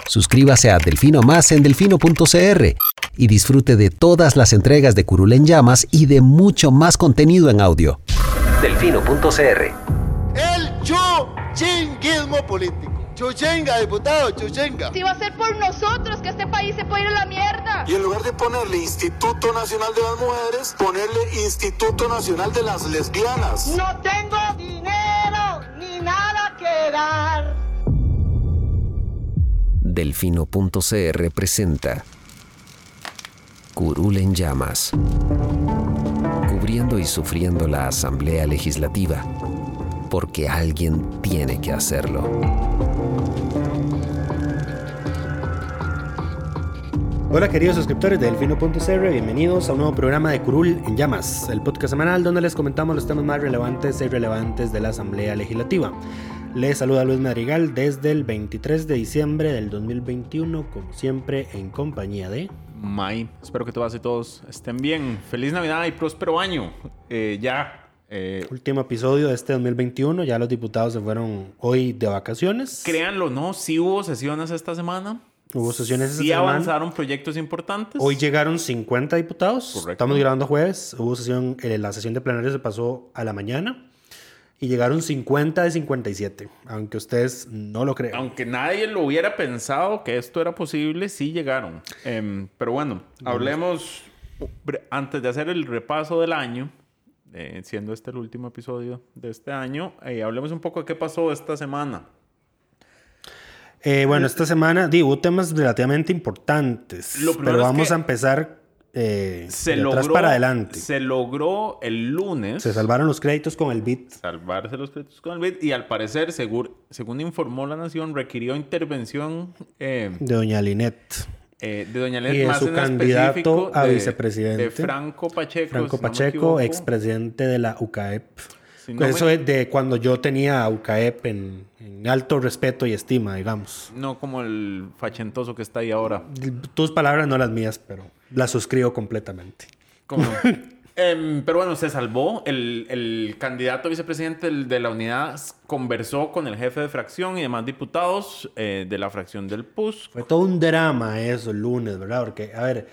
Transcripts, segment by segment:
Suscríbase a Delfino Más en delfino.cr y disfrute de todas las entregas de Curul en Llamas y de mucho más contenido en audio. Delfino.cr. El chuchinguismo político. Chuchenga, diputado, chuchenga. Si va a ser por nosotros que este país se puede ir a la mierda. Y en lugar de ponerle Instituto Nacional de las Mujeres, ponerle Instituto Nacional de las Lesbianas. No tengo dinero ni nada que dar. Delfino.cr presenta Curul en Llamas, cubriendo y sufriendo la Asamblea Legislativa, porque alguien tiene que hacerlo. Hola queridos suscriptores de Delfino.cr, bienvenidos a un nuevo programa de Curul en Llamas, el podcast semanal donde les comentamos los temas más relevantes e irrelevantes de la Asamblea Legislativa. Les saluda Luis Madrigal desde el 23 de diciembre del 2021, como siempre en compañía de... May, espero que todas y todos estén bien. Feliz Navidad y próspero año. Último episodio de este 2021, ya los diputados se fueron hoy de vacaciones. Créanlo o no, sí hubo sesiones esta semana. Hubo sesiones esta sí semana. Avanzaron proyectos importantes. Hoy llegaron 50 diputados. Correcto. Estamos grabando jueves. Hubo sesión, la sesión de plenario se pasó a la mañana. Y llegaron 50 de 57. Aunque ustedes no lo crean. Aunque nadie lo hubiera pensado que esto era posible, sí llegaron. Pero bueno, hablemos, antes de hacer el repaso del año, siendo este el último episodio de este año, hablemos un poco de qué pasó esta semana. Bueno, esta semana hubo temas relativamente importantes, pero vamos a empezar de atrás para adelante. Se logró el lunes. Se salvaron los créditos con el BID. Salvarse los créditos con el BID y al parecer, según informó La Nación, requirió intervención de doña Linet. De doña Linet, y de más su candidato a vicepresidente. De Franco Pacheco. Franco Pacheco, no expresidente de la UCAEP. Es de cuando yo tenía a UCAEP en alto respeto y estima, digamos. No como el fachentoso que está ahí ahora. Tus palabras, no las mías, pero las suscribo completamente. ¿Cómo no? Pero bueno, se salvó. El candidato a vicepresidente de la unidad conversó con el jefe de fracción y demás diputados de la fracción del PUSC. Fue todo un drama eso el lunes, ¿verdad? Porque, a ver,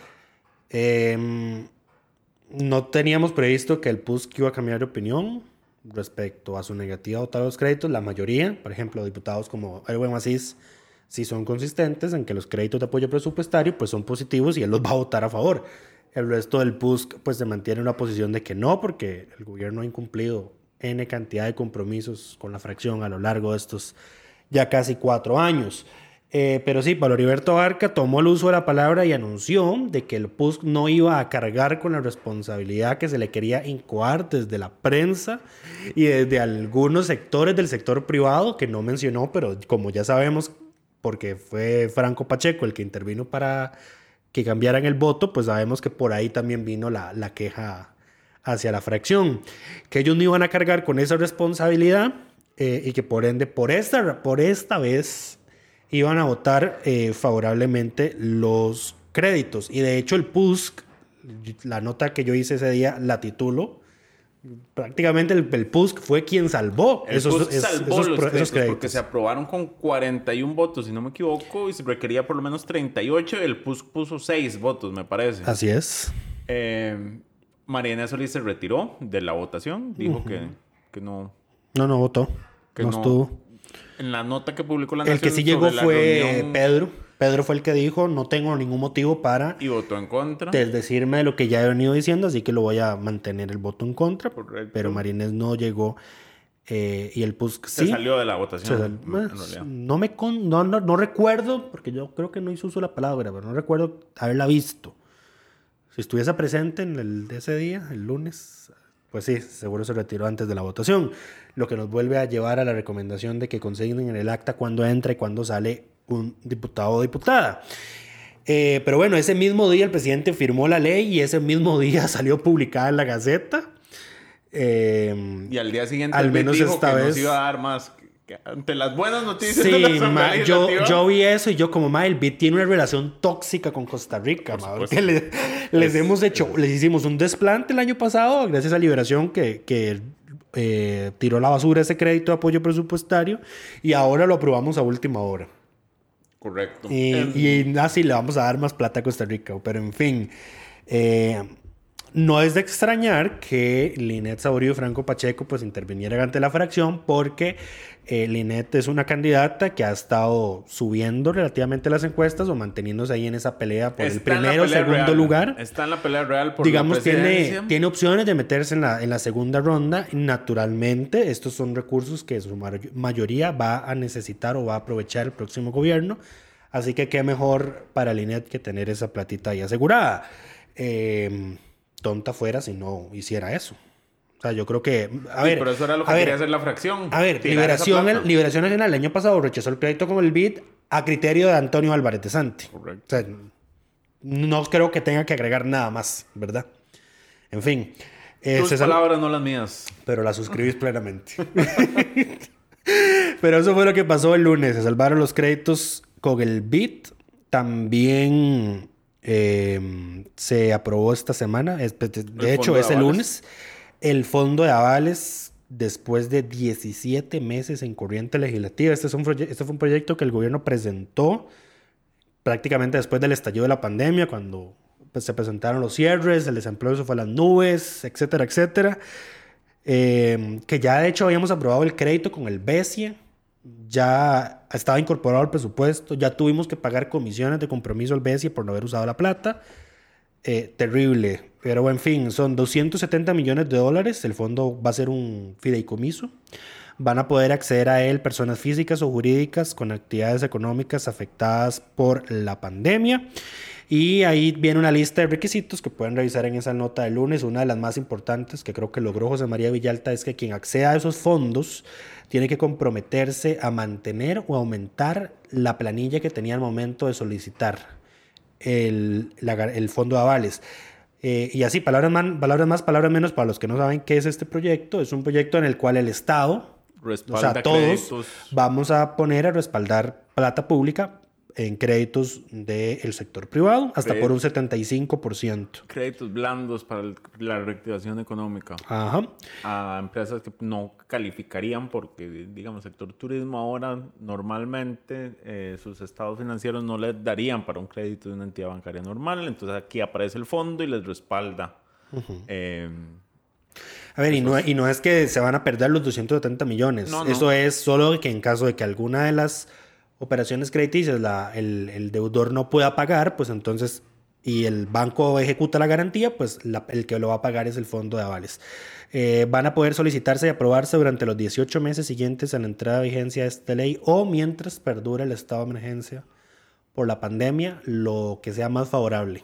no teníamos previsto que el PUSC iba a cambiar de opinión respecto a su negativa a votar los créditos. La mayoría, por ejemplo, diputados como Erwin Macís, sí son consistentes en que los créditos de apoyo presupuestario pues son positivos y él los va a votar a favor. El resto del PUSC pues se mantiene en una posición de que no, porque el gobierno ha incumplido N cantidad de compromisos con la fracción a lo largo de estos ya casi 4 años. Pero sí, Pablo Heriberto Barca tomó el uso de la palabra y anunció de que el PUSC no iba a cargar con la responsabilidad que se le quería incoar desde la prensa y desde algunos sectores del sector privado que no mencionó, pero como ya sabemos, porque fue Franco Pacheco el que intervino para que cambiaran el voto, pues sabemos que por ahí también vino la queja hacia la fracción, que ellos no iban a cargar con esa responsabilidad y que por ende, por esta vez iban a votar favorablemente los créditos. Y de hecho el PUSC, la nota que yo hice ese día, la titulo, prácticamente el PUSC fue quien salvó esos créditos. Porque se aprobaron con 41 votos, si no me equivoco, y se requería por lo menos 38. El PUSC puso 6 votos, me parece. Así es. María Inés Solís se retiró de la votación. Dijo que no... No votó. Que no estuvo. En la nota que publicó La Nación... El que sí llegó fue reunión, Pedro. Pedro fue el que dijo, no tengo ningún motivo para... Y votó en contra. Desdecirme de lo que ya he venido diciendo, así que lo voy a mantener el voto en contra. Correcto. Pero María Inés no llegó y el PUSC sí. Se salió de la votación. No recuerdo, porque yo creo que no hizo uso de la palabra, pero no recuerdo haberla visto. Si estuviese presente en ese día, el lunes... Pues sí, seguro se retiró antes de la votación, lo que nos vuelve a llevar a la recomendación de que consignen en el acta cuando entra y cuando sale un diputado o diputada. Pero bueno, ese mismo día el presidente firmó la ley y ese mismo día salió publicada en la Gaceta. Y al día siguiente al menos dijo esta que vez nos iba a dar más. Ante las buenas noticias sí, de la Asamblea Legislativa. yo vi eso y yo como, el BID tiene una relación tóxica con Costa Rica, porque les hicimos un desplante el año pasado gracias a Liberación que tiró a la basura ese crédito de apoyo presupuestario y ahora lo aprobamos a última hora. Correcto. Y así le vamos a dar más plata a Costa Rica. Pero en fin, no es de extrañar que Linet Saborío Franco Pacheco pues interviniera ante la fracción, porque Linet es una candidata que ha estado subiendo relativamente las encuestas o manteniéndose ahí en esa pelea por el primero o segundo lugar. Está en la pelea real por digamos, la presidencia. tiene opciones de meterse en la segunda ronda. Naturalmente, estos son recursos que su mayoría va a necesitar o va a aprovechar el próximo gobierno. Así que qué mejor para Linet que tener esa platita ahí asegurada. Tonta fuera si no hiciera eso. O sea, yo creo que... Pero eso era lo que quería hacer la fracción. A ver, Liberación Nacional el año pasado rechazó el crédito con el BID a criterio de Antonio Álvarez de Santi. Correcto. O sea, no creo que tenga que agregar nada más, ¿verdad? En fin. Tus palabras, no las mías. Pero las suscribís plenamente. Pero eso fue lo que pasó el lunes. Se salvaron los créditos con el BID. También se aprobó esta semana. De hecho, es el lunes. El fondo de avales, después de 17 meses en corriente legislativa. Este fue un proyecto que el gobierno presentó prácticamente después del estallido de la pandemia, cuando pues, se presentaron los cierres, el desempleo se fue a las nubes, etcétera, etcétera. Que ya de hecho habíamos aprobado el crédito con el BESIE, ya estaba incorporado al presupuesto, ya tuvimos que pagar comisiones de compromiso al BESIE por no haber usado la plata. Terrible, pero en fin, son $270 millones. El fondo va a ser un fideicomiso. Van a poder acceder a él personas físicas o jurídicas con actividades económicas afectadas por la pandemia. Y ahí viene una lista de requisitos que pueden revisar en esa nota del lunes. Una de las más importantes que creo que logró José María Villalta es que quien acceda a esos fondos tiene que comprometerse a mantener o aumentar la planilla que tenía al momento de solicitar el fondo de avales. Y así, palabras más, palabras menos, para los que no saben qué es este proyecto. Es un proyecto en el cual el Estado, respalda, o sea, todos créditos. Vamos a poner a respaldar plata pública en créditos del sector privado, hasta por un 75%. Créditos blandos para la reactivación económica. Ajá. A empresas que no calificarían porque, digamos, sector turismo ahora normalmente sus estados financieros no les darían para un crédito de una entidad bancaria normal. Entonces aquí aparece el fondo y les respalda. A ver, y no es que se van a perder los 270 millones. No. Eso es solo que en caso de que alguna de las operaciones crediticias el deudor no pueda pagar, pues entonces, y el banco ejecuta la garantía, pues el que lo va a pagar es el fondo de avales. Van a poder solicitarse y aprobarse durante los 18 meses siguientes a la entrada de vigencia de esta ley o mientras perdure el estado de emergencia por la pandemia, lo que sea más favorable.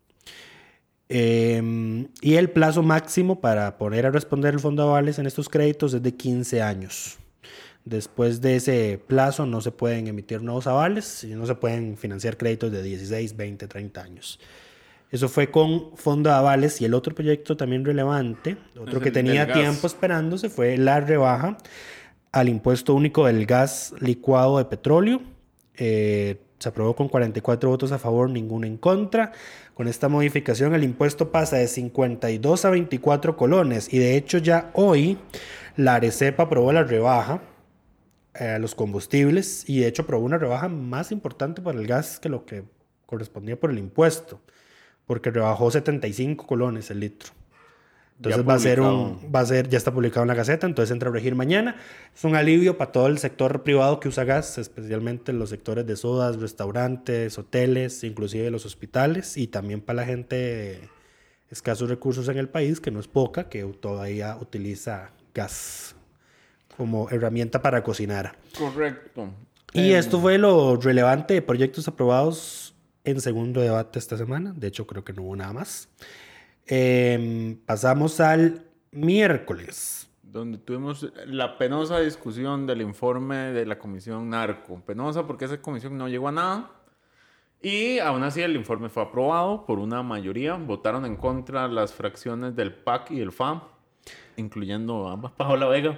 Y el plazo máximo para poner a responder el fondo de avales en estos créditos es de 15 años. Después de ese plazo no se pueden emitir nuevos avales y no se pueden financiar créditos de 16, 20, 30 años. Eso fue con fondo de avales. Y el otro proyecto también relevante, otro que tenía tiempo esperándose, fue la rebaja al impuesto único del gas licuado de petróleo. Se aprobó con 44 votos a favor, ninguno en contra. Con esta modificación el impuesto pasa de 52 a 24 colones. Y de hecho ya hoy la ARECEP aprobó la rebaja a los combustibles y de hecho aprobó una rebaja más importante para el gas que lo que correspondía por el impuesto, porque rebajó 75 colones el litro. Entonces ya está publicado en la Gaceta, entonces entra a regir mañana. Es un alivio para todo el sector privado que usa gas, especialmente en los sectores de sodas, restaurantes, hoteles, inclusive los hospitales, y también para la gente de escasos recursos en el país, que no es poca, que todavía utiliza gas como herramienta para cocinar. Correcto. Y esto fue lo relevante de proyectos aprobados en segundo debate esta semana. De hecho, creo que no hubo nada más. Pasamos al miércoles, donde tuvimos la penosa discusión del informe de la Comisión Narco. Penosa porque esa comisión no llegó a nada. Y aún así el informe fue aprobado por una mayoría. Votaron en contra las fracciones del PAC y el FA, incluyendo ambas Paola Vega.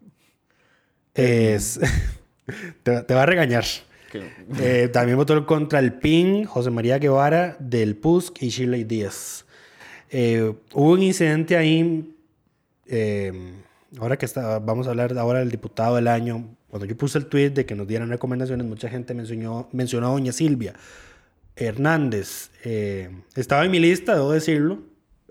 Te va a regañar. También votó contra el PIN, José María Guevara, del PUSC y Shirley Díaz. Hubo un incidente ahí, ahora que vamos a hablar ahora del diputado del año, cuando yo puse el tweet de que nos dieran recomendaciones, mucha gente mencionó a doña Silvia Hernández. Estaba en mi lista, debo decirlo.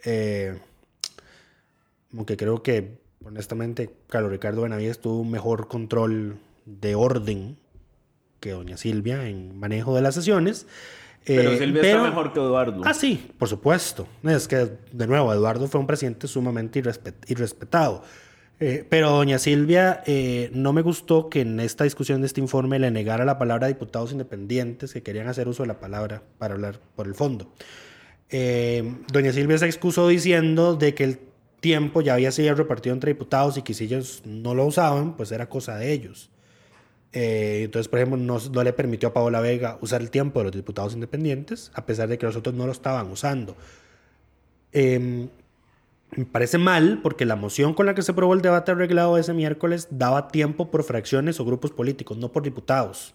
Aunque creo que, honestamente, Carlos Ricardo Benavides tuvo un mejor control de orden que doña Silvia en manejo de las sesiones. Pero Silvia está mejor que Eduardo. Ah, sí, por supuesto. Es que, de nuevo, Eduardo fue un presidente sumamente irrespetado. Pero doña Silvia, no me gustó que en esta discusión de este informe le negara la palabra a diputados independientes que querían hacer uso de la palabra para hablar por el fondo. Doña Silvia se excusó diciendo de que el tiempo ya había sido repartido entre diputados y que si ellos no lo usaban, pues era cosa de ellos. Entonces, por ejemplo, no le permitió a Paola Vega usar el tiempo de los diputados independientes, a pesar de que los otros no lo estaban usando. Me parece mal porque la moción con la que se aprobó el debate arreglado ese miércoles daba tiempo por fracciones o grupos políticos, no por diputados.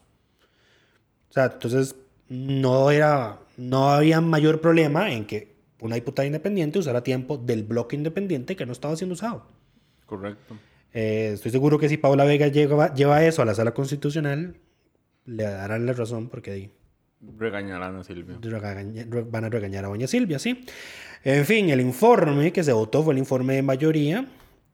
O sea, entonces no había mayor problema en que una diputada independiente usara tiempo del bloque independiente que no estaba siendo usado. Correcto. Estoy seguro que si Paola Vega lleva eso a la sala constitucional, le darán la razón porque regañarán a Silvia. Van a regañar a doña Silvia, sí. En fin, el informe que se votó fue el informe de mayoría.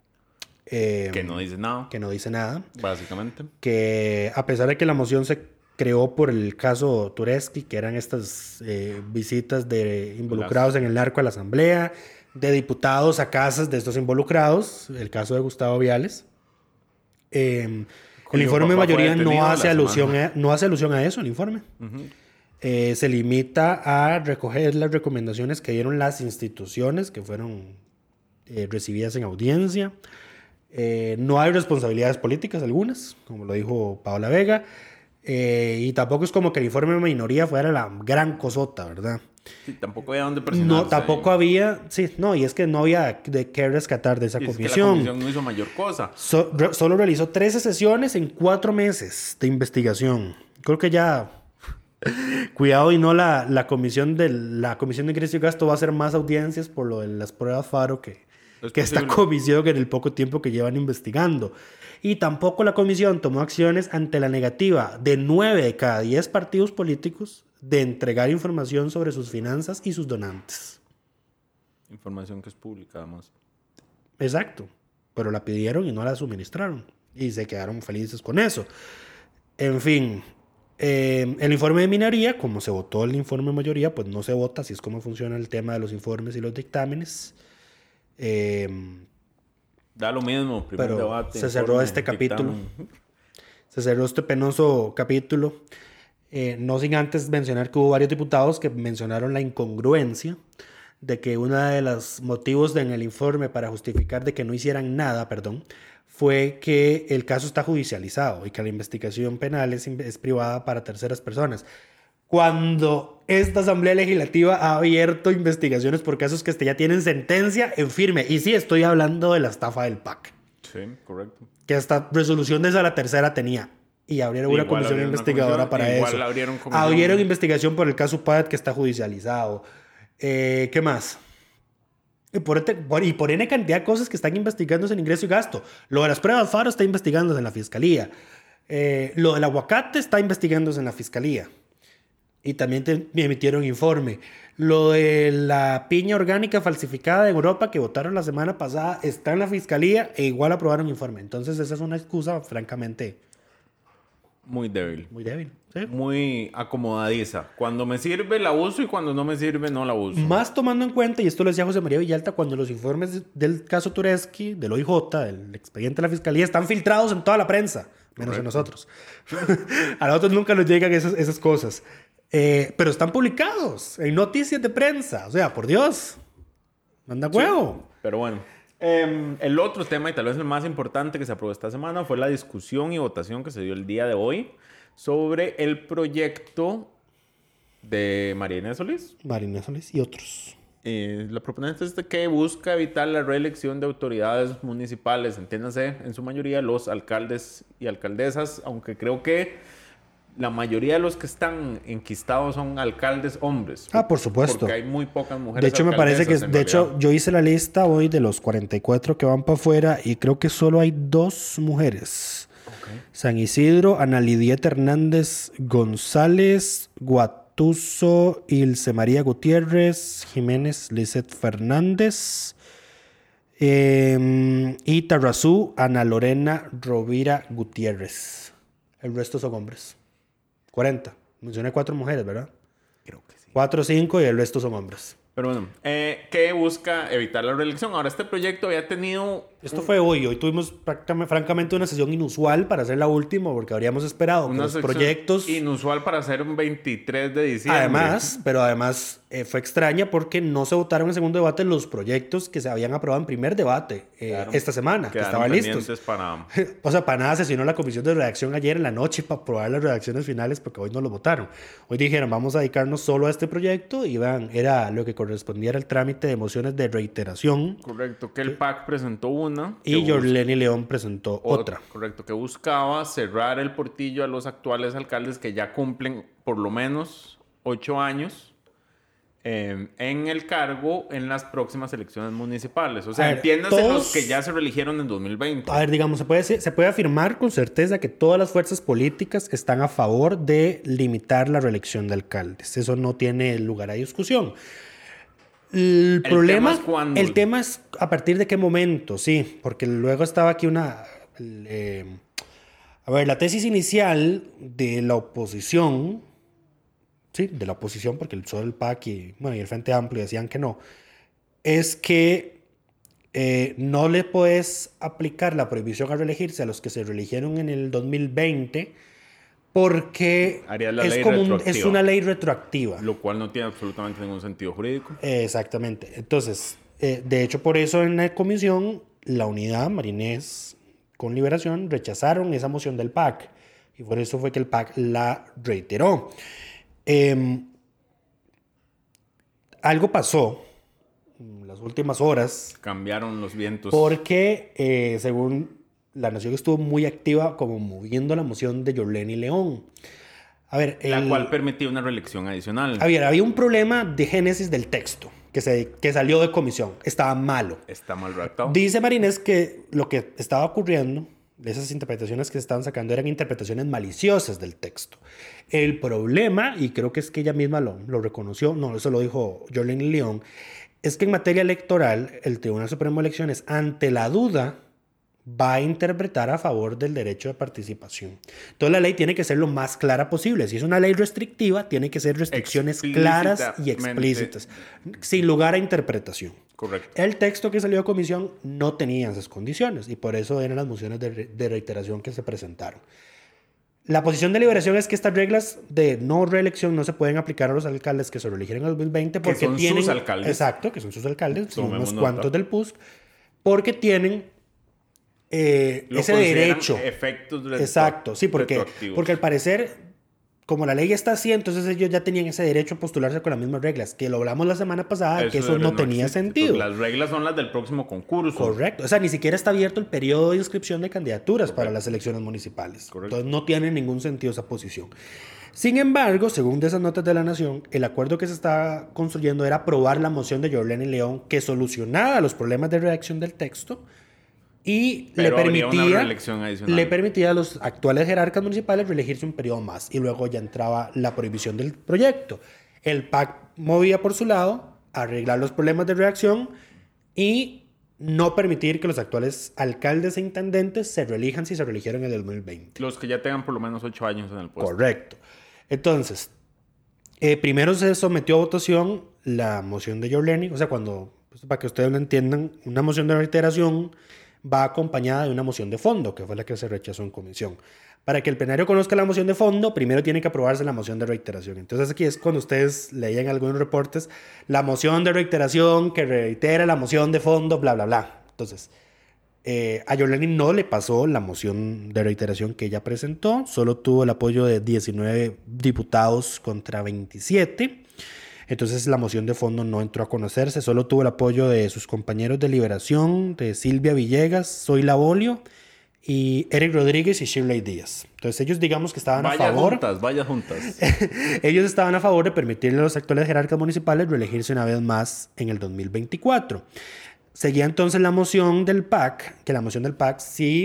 Que no dice nada. Que no dice nada. Básicamente. Que a pesar de que la moción se creó por el caso Tureski, que eran estas visitas de involucrados en el narco a la asamblea, de diputados a casas de estos involucrados, el caso de Gustavo Viales. El informe de mayoría no hace alusión a eso, el informe. Uh-huh. Se limita a recoger las recomendaciones que dieron las instituciones que fueron recibidas en audiencia. No hay responsabilidades políticas algunas, como lo dijo Paola Vega. Y tampoco es como que el informe de minoría fuera la gran cosota, ¿verdad? Sí, tampoco había dónde presionarse. No, tampoco había... Sí, no, y es que no había de qué rescatar de esa comisión. Es que la comisión no hizo mayor cosa. Solo realizó 13 sesiones en 4 meses de investigación. Creo que ya... Cuidado y no la comisión de ingreso y gasto va a hacer más audiencias por lo de las pruebas Faro que esta comisión en el poco tiempo que llevan investigando. Y tampoco la comisión tomó acciones ante la negativa de 9 de cada 10 partidos políticos de entregar información sobre sus finanzas y sus donantes. Información que es pública, además. Exacto. Pero la pidieron y no la suministraron. Y se quedaron felices con eso. En fin, el informe de minoría, como se votó el informe de mayoría, pues no se vota. Así es como funciona el tema de los informes y los dictámenes. Da lo mismo, primer pero debate. Se cerró este capítulo. Se cerró este penoso capítulo. No sin antes mencionar que hubo varios diputados que mencionaron la incongruencia de que uno de los motivos en el informe para justificar de que no hicieran nada, fue que el caso está judicializado y que la investigación penal es privada para terceras personas. Cuando esta Asamblea Legislativa ha abierto investigaciones por casos que ya tienen sentencia en firme. Y sí, estoy hablando de la estafa del PAC. Sí, correcto. Que hasta resolución de la tercera tenía. Y abrieron una comisión investigadora para eso. Abrieron investigación por el caso PAD que está judicializado. ¿Qué más? Y por N cantidad de cosas que están investigándose en ingreso y gasto. Lo de las pruebas Faro está investigándose en la fiscalía. Lo del aguacate está investigándose en la fiscalía. Y también me emitieron informe. Lo de la piña orgánica falsificada en Europa que votaron la semana pasada está en la fiscalía e igual aprobaron informe. Entonces esa es una excusa francamente... Muy débil. Muy débil, ¿sí? Muy acomodadiza. Cuando me sirve la uso y cuando no me sirve no la uso. Más tomando en cuenta, y esto lo decía José María Villalta, cuando los informes del caso Tureski, del OIJ, del expediente de la Fiscalía, están filtrados en toda la prensa, menos en nosotros. A nosotros nunca nos llegan esas cosas. Pero están publicados en noticias de prensa. O sea, por Dios. Manda huevo. Sí, pero bueno. El otro tema, y tal vez el más importante que se aprobó esta semana, fue la discusión y votación que se dio el día de hoy sobre el proyecto de María Inés Solís. María Inés Solís y otros. La proponente es que busca evitar la reelección de autoridades municipales, entiéndase, en su mayoría los alcaldes y alcaldesas, aunque creo que la mayoría de los que están enquistados son alcaldes hombres. Por supuesto. Porque hay muy pocas mujeres. De hecho, me parece que... De hecho, yo hice la lista hoy de los 44 que van para afuera y creo que solo hay 2 mujeres. San Isidro, Ana Lidieta Hernández González, Guatuso, Ilse María Gutiérrez, Jiménez Lizeth Fernández, y Tarrazú, Ana Lorena Rovira Gutiérrez. El resto son hombres. 40. Mencioné 4 mujeres, ¿verdad? Creo que sí. 4 o 5 y el resto son hombres. Pero bueno, ¿qué busca evitar la reelección? Ahora, este proyecto había tenido... Esto fue hoy. Hoy tuvimos francamente una sesión inusual para hacer la última, porque habríamos esperado que los proyectos... Inusual para hacer un 23 de diciembre. Además, fue extraña porque no se votaron en segundo debate los proyectos que se habían aprobado en primer debate esta semana, que estaban listos. O sea, para nada sesionó la comisión de redacción ayer en la noche para aprobar las redacciones finales, porque hoy no lo votaron. Hoy dijeron, vamos a dedicarnos solo a este proyecto, y vean, era lo que correspondía al trámite de mociones de reiteración. Correcto, que el PAC presentó una. Y Yorleni León presentó otra. Correcto, que buscaba cerrar el portillo a los actuales alcaldes que ya cumplen por lo menos 8 años en el cargo en las próximas elecciones municipales. O sea, entiéndase los que ya se reeligieron en 2020. A ver, digamos, se puede afirmar con certeza que todas las fuerzas políticas están a favor de limitar la reelección de alcaldes. Eso no tiene lugar a discusión. El tema es a partir de qué momento, sí, porque luego estaba aquí la tesis inicial de la oposición, porque solo el PAC y el Frente Amplio decían que no, es que no le puedes aplicar la prohibición a reelegirse a los que se reeligieron en el 2020 porque es una ley retroactiva. Lo cual no tiene absolutamente ningún sentido jurídico. Exactamente. Entonces, de hecho, por eso en la comisión, la unidad Marinés con Liberación rechazaron esa moción del PAC. Y por eso fue que el PAC la reiteró. Algo pasó en las últimas horas. Cambiaron los vientos. Porque, según La Nación, estuvo muy activa como moviendo la moción de Yorleni León. A ver, la cual permitía una reelección adicional. Había un problema de génesis del texto que salió de comisión. Estaba malo. Está mal redactado. Dice Marinés que lo que estaba ocurriendo, esas interpretaciones que se estaban sacando, eran interpretaciones maliciosas del texto. El problema, y creo que es que ella misma lo reconoció, no, eso lo dijo Yorleni León, es que en materia electoral, el Tribunal Supremo de Elecciones, ante la duda, va a interpretar a favor del derecho de participación. Entonces la ley tiene que ser lo más clara posible. Si es una ley restrictiva, tiene que ser restricciones claras y explícitas, sin lugar a interpretación. Correcto. El texto que salió de comisión no tenía esas condiciones y por eso eran las mociones de reiteración que se presentaron. La posición de Liberación es que estas reglas de no reelección no se pueden aplicar a los alcaldes que se reeligieron en el 2020 porque son tienen... sus alcaldes. Exacto, que son sus alcaldes, Tomemos unos cuantos del PUSC, porque tienen ese derecho. Efectos exacto, sí, porque al parecer, como la ley está así, entonces ellos ya tenían ese derecho a postularse con las mismas reglas, que lo hablamos la semana pasada, que eso no tenía sentido. Las reglas son las del próximo concurso. Correcto, o sea, ni siquiera está abierto el periodo de inscripción de candidaturas para las elecciones municipales. Correcto. Entonces no tiene ningún sentido esa posición. Sin embargo, según de esas notas de La Nación, el acuerdo que se estaba construyendo era aprobar la moción de Yorleni León que solucionaba los problemas de redacción del texto y le permitía a los actuales jerarcas municipales reelegirse un periodo más. Y luego ya entraba la prohibición del proyecto. El PAC movía por su lado a arreglar los problemas de redacción y no permitir que los actuales alcaldes e intendentes se reelijan si se reeligieron en el 2020. Los que ya tengan por lo menos 8 años en el puesto. Correcto. Entonces, primero se sometió a votación la moción de Yorleni. O sea, para que ustedes lo entiendan, una moción de reiteración va acompañada de una moción de fondo, que fue la que se rechazó en comisión. Para que el plenario conozca la moción de fondo, primero tiene que aprobarse la moción de reiteración. Entonces aquí es cuando ustedes leían algunos reportes, la moción de reiteración que reitera la moción de fondo, bla, bla, bla. Entonces, a Yorleni no le pasó la moción de reiteración que ella presentó, solo tuvo el apoyo de 19 diputados contra 27. Entonces la moción de fondo no entró a conocerse, solo tuvo el apoyo de sus compañeros de Liberación, de Silvia Villegas, Zoila Bolio, y Eric Rodríguez y Shirley Díaz. Entonces ellos digamos que estaban a favor. Vaya juntas. Ellos estaban a favor de permitirle a los actuales jerarcas municipales reelegirse una vez más en el 2024. Seguía entonces la moción del PAC, que la moción del PAC sí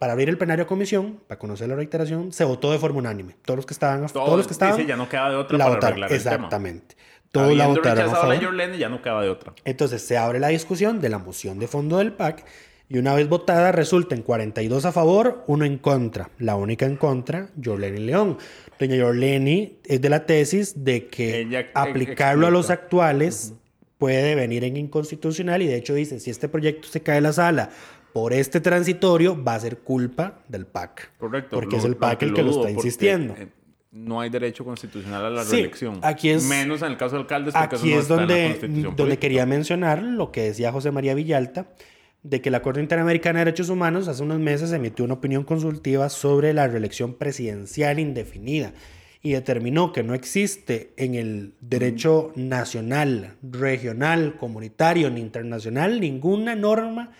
para abrir el plenario a comisión, para conocer la reiteración, se votó de forma unánime. Todos los que estaban, sí, ya no queda de otra la para votaron. arreglar el tema. Exactamente. Todos la votaron a rechazado favor. la Yorlene, ya no queda de otra. Entonces se abre la discusión de la moción de fondo del PAC y una vez votada resulta en 42 a favor, 1 en contra. La única en contra, Yorlene León. Doña Yorlene es de la tesis de que Ella aplicarlo a los explica. actuales puede venir en inconstitucional y de hecho dice, si este proyecto se cae de la sala por este transitorio, va a ser culpa del PAC. Correcto. Porque es el PAC el que lo dudo, está porque, insistiendo. No hay derecho constitucional a la Sí, reelección. aquí es- menos en el caso de alcaldes, porque Aquí eso no es está en la donde, Constitución donde política. quería mencionar lo que decía José María Villalta, de que la Corte Interamericana de Derechos Humanos hace unos meses emitió una opinión consultiva sobre la reelección presidencial indefinida y determinó que no existe en el derecho nacional, regional, comunitario ni internacional ninguna norma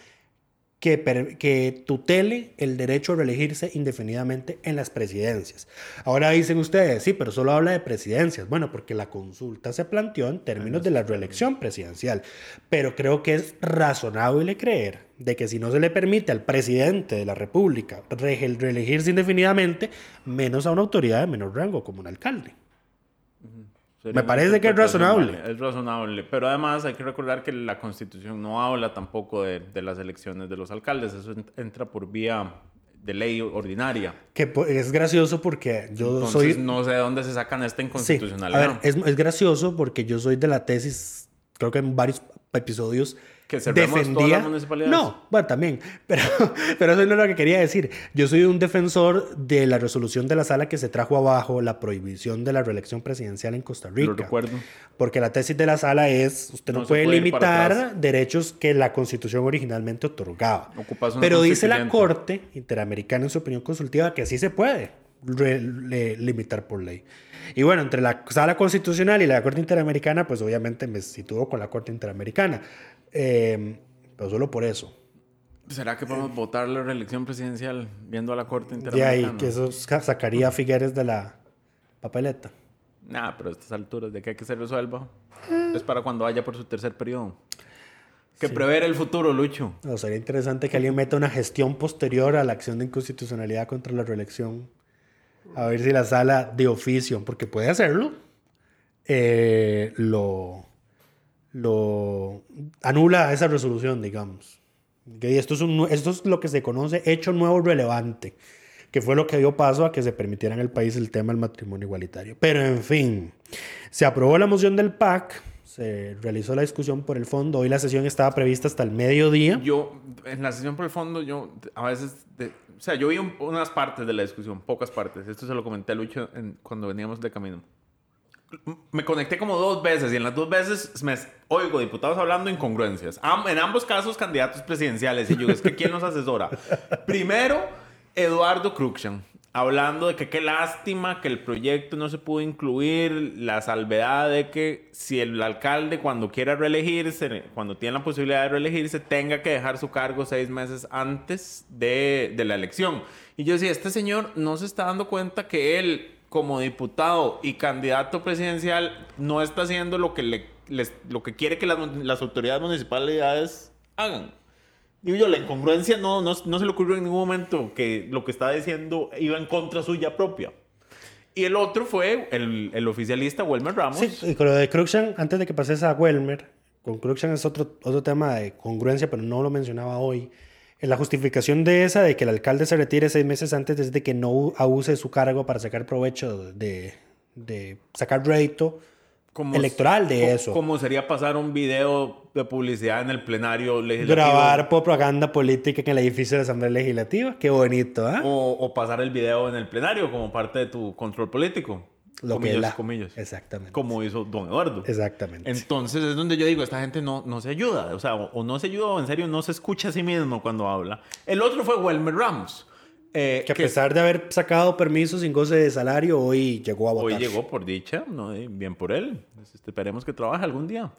que tutele el derecho a reelegirse indefinidamente en las presidencias. Ahora dicen ustedes, sí, pero solo habla de presidencias. Bueno, porque la consulta se planteó en términos de la reelección presidencial. Pero creo que es razonable creer de que si no se le permite al presidente de la República reelegirse indefinidamente, menos a una autoridad de menor rango como un alcalde. Sería Me parece que es razonable. Es razonable. Pero además hay que recordar que la Constitución no habla tampoco de las elecciones de los alcaldes. Eso entra por vía de ley ordinaria. Que es gracioso porque yo Entonces, soy... no sé de dónde se sacan esta Sí, inconstitucionalidad. a ver, es gracioso porque yo soy de la tesis, creo que en varios episodios ¿Que cerremos todas las municipalidades? No, bueno, también, pero eso no es lo que quería decir. Yo soy un defensor de la resolución de la sala que se trajo abajo la prohibición de la reelección presidencial en Costa Rica. Lo recuerdo. Porque la tesis de la sala es, usted no No se puede puede ir para limitar atrás. derechos que la Constitución originalmente otorgaba. Ocupas una Pero dice la constituyente. Corte Interamericana en su opinión consultiva que sí se puede limitar por ley. Y bueno, entre la Sala Constitucional y la Corte Interamericana, pues obviamente me sitúo con la Corte Interamericana. Pero solo por eso. ¿Será que podemos votar la reelección presidencial viendo a la Corte De Interamericana? ahí que eso sacaría a Figueres de la papeleta. Nah, pero a estas alturas de que hay que se resuelva es para cuando vaya por su tercer periodo. Que prever el futuro, Lucho. No, sería interesante que alguien meta una gestión posterior a la acción de inconstitucionalidad contra la reelección. A ver si la sala de oficio, porque puede hacerlo, lo anula esa resolución, digamos. Que esto es lo que se conoce hecho nuevo relevante, que fue lo que dio paso a que se permitiera en el país el tema del matrimonio igualitario. Pero en fin, se aprobó la moción del PAC, se realizó la discusión por el fondo. Hoy la sesión estaba prevista hasta el mediodía. Yo, en la sesión por el fondo, yo a veces... o sea, yo vi unas partes de la discusión, pocas partes. Esto se lo comenté a Lucho cuando veníamos de camino. Me conecté como 2 veces y en las 2 veces me oigo diputados hablando incongruencias. En ambos casos, candidatos presidenciales. Y yo, es que ¿quién nos asesora? Primero, Eduardo Cruxan, hablando de que qué lástima que el proyecto no se pudo incluir, la salvedad de que si el alcalde cuando quiera reelegirse, cuando tiene la posibilidad de reelegirse, tenga que dejar su cargo 6 meses antes de la elección. Y yo decía, este señor no se está dando cuenta que él, como diputado y candidato presidencial, no está haciendo lo que, lo que quiere que las autoridades municipalidades hagan. Digo yo, la incongruencia no se le ocurrió en ningún momento que lo que estaba diciendo iba en contra suya propia. Y el otro fue el oficialista Welmer Ramos. Sí, y con lo de Cruxan, antes de que pases a Welmer, con Cruxan es otro tema de congruencia, pero no lo mencionaba hoy. En la justificación de esa, de que el alcalde se retire 6 meses antes, es de que no abuse su cargo para sacar provecho de sacar rédito electoral de eso. Como sería pasar un video de publicidad en el plenario legislativo. Grabar propaganda política en el edificio de la Asamblea Legislativa. Qué bonito, ¿eh? O pasar el video en el plenario como parte de tu control político. Lo comillas, que es comillas. Exactamente. Como hizo don Eduardo. Exactamente. Entonces es donde yo digo, esta gente no se ayuda. O sea, o no se ayuda o en serio no se escucha a sí mismo cuando habla. El otro fue Welmer Ramos. Que a pesar de haber sacado permiso sin goce de salario, hoy llegó a votar. Hoy llegó por dicha, ¿no? Bien por él. Esperemos que trabaje algún día.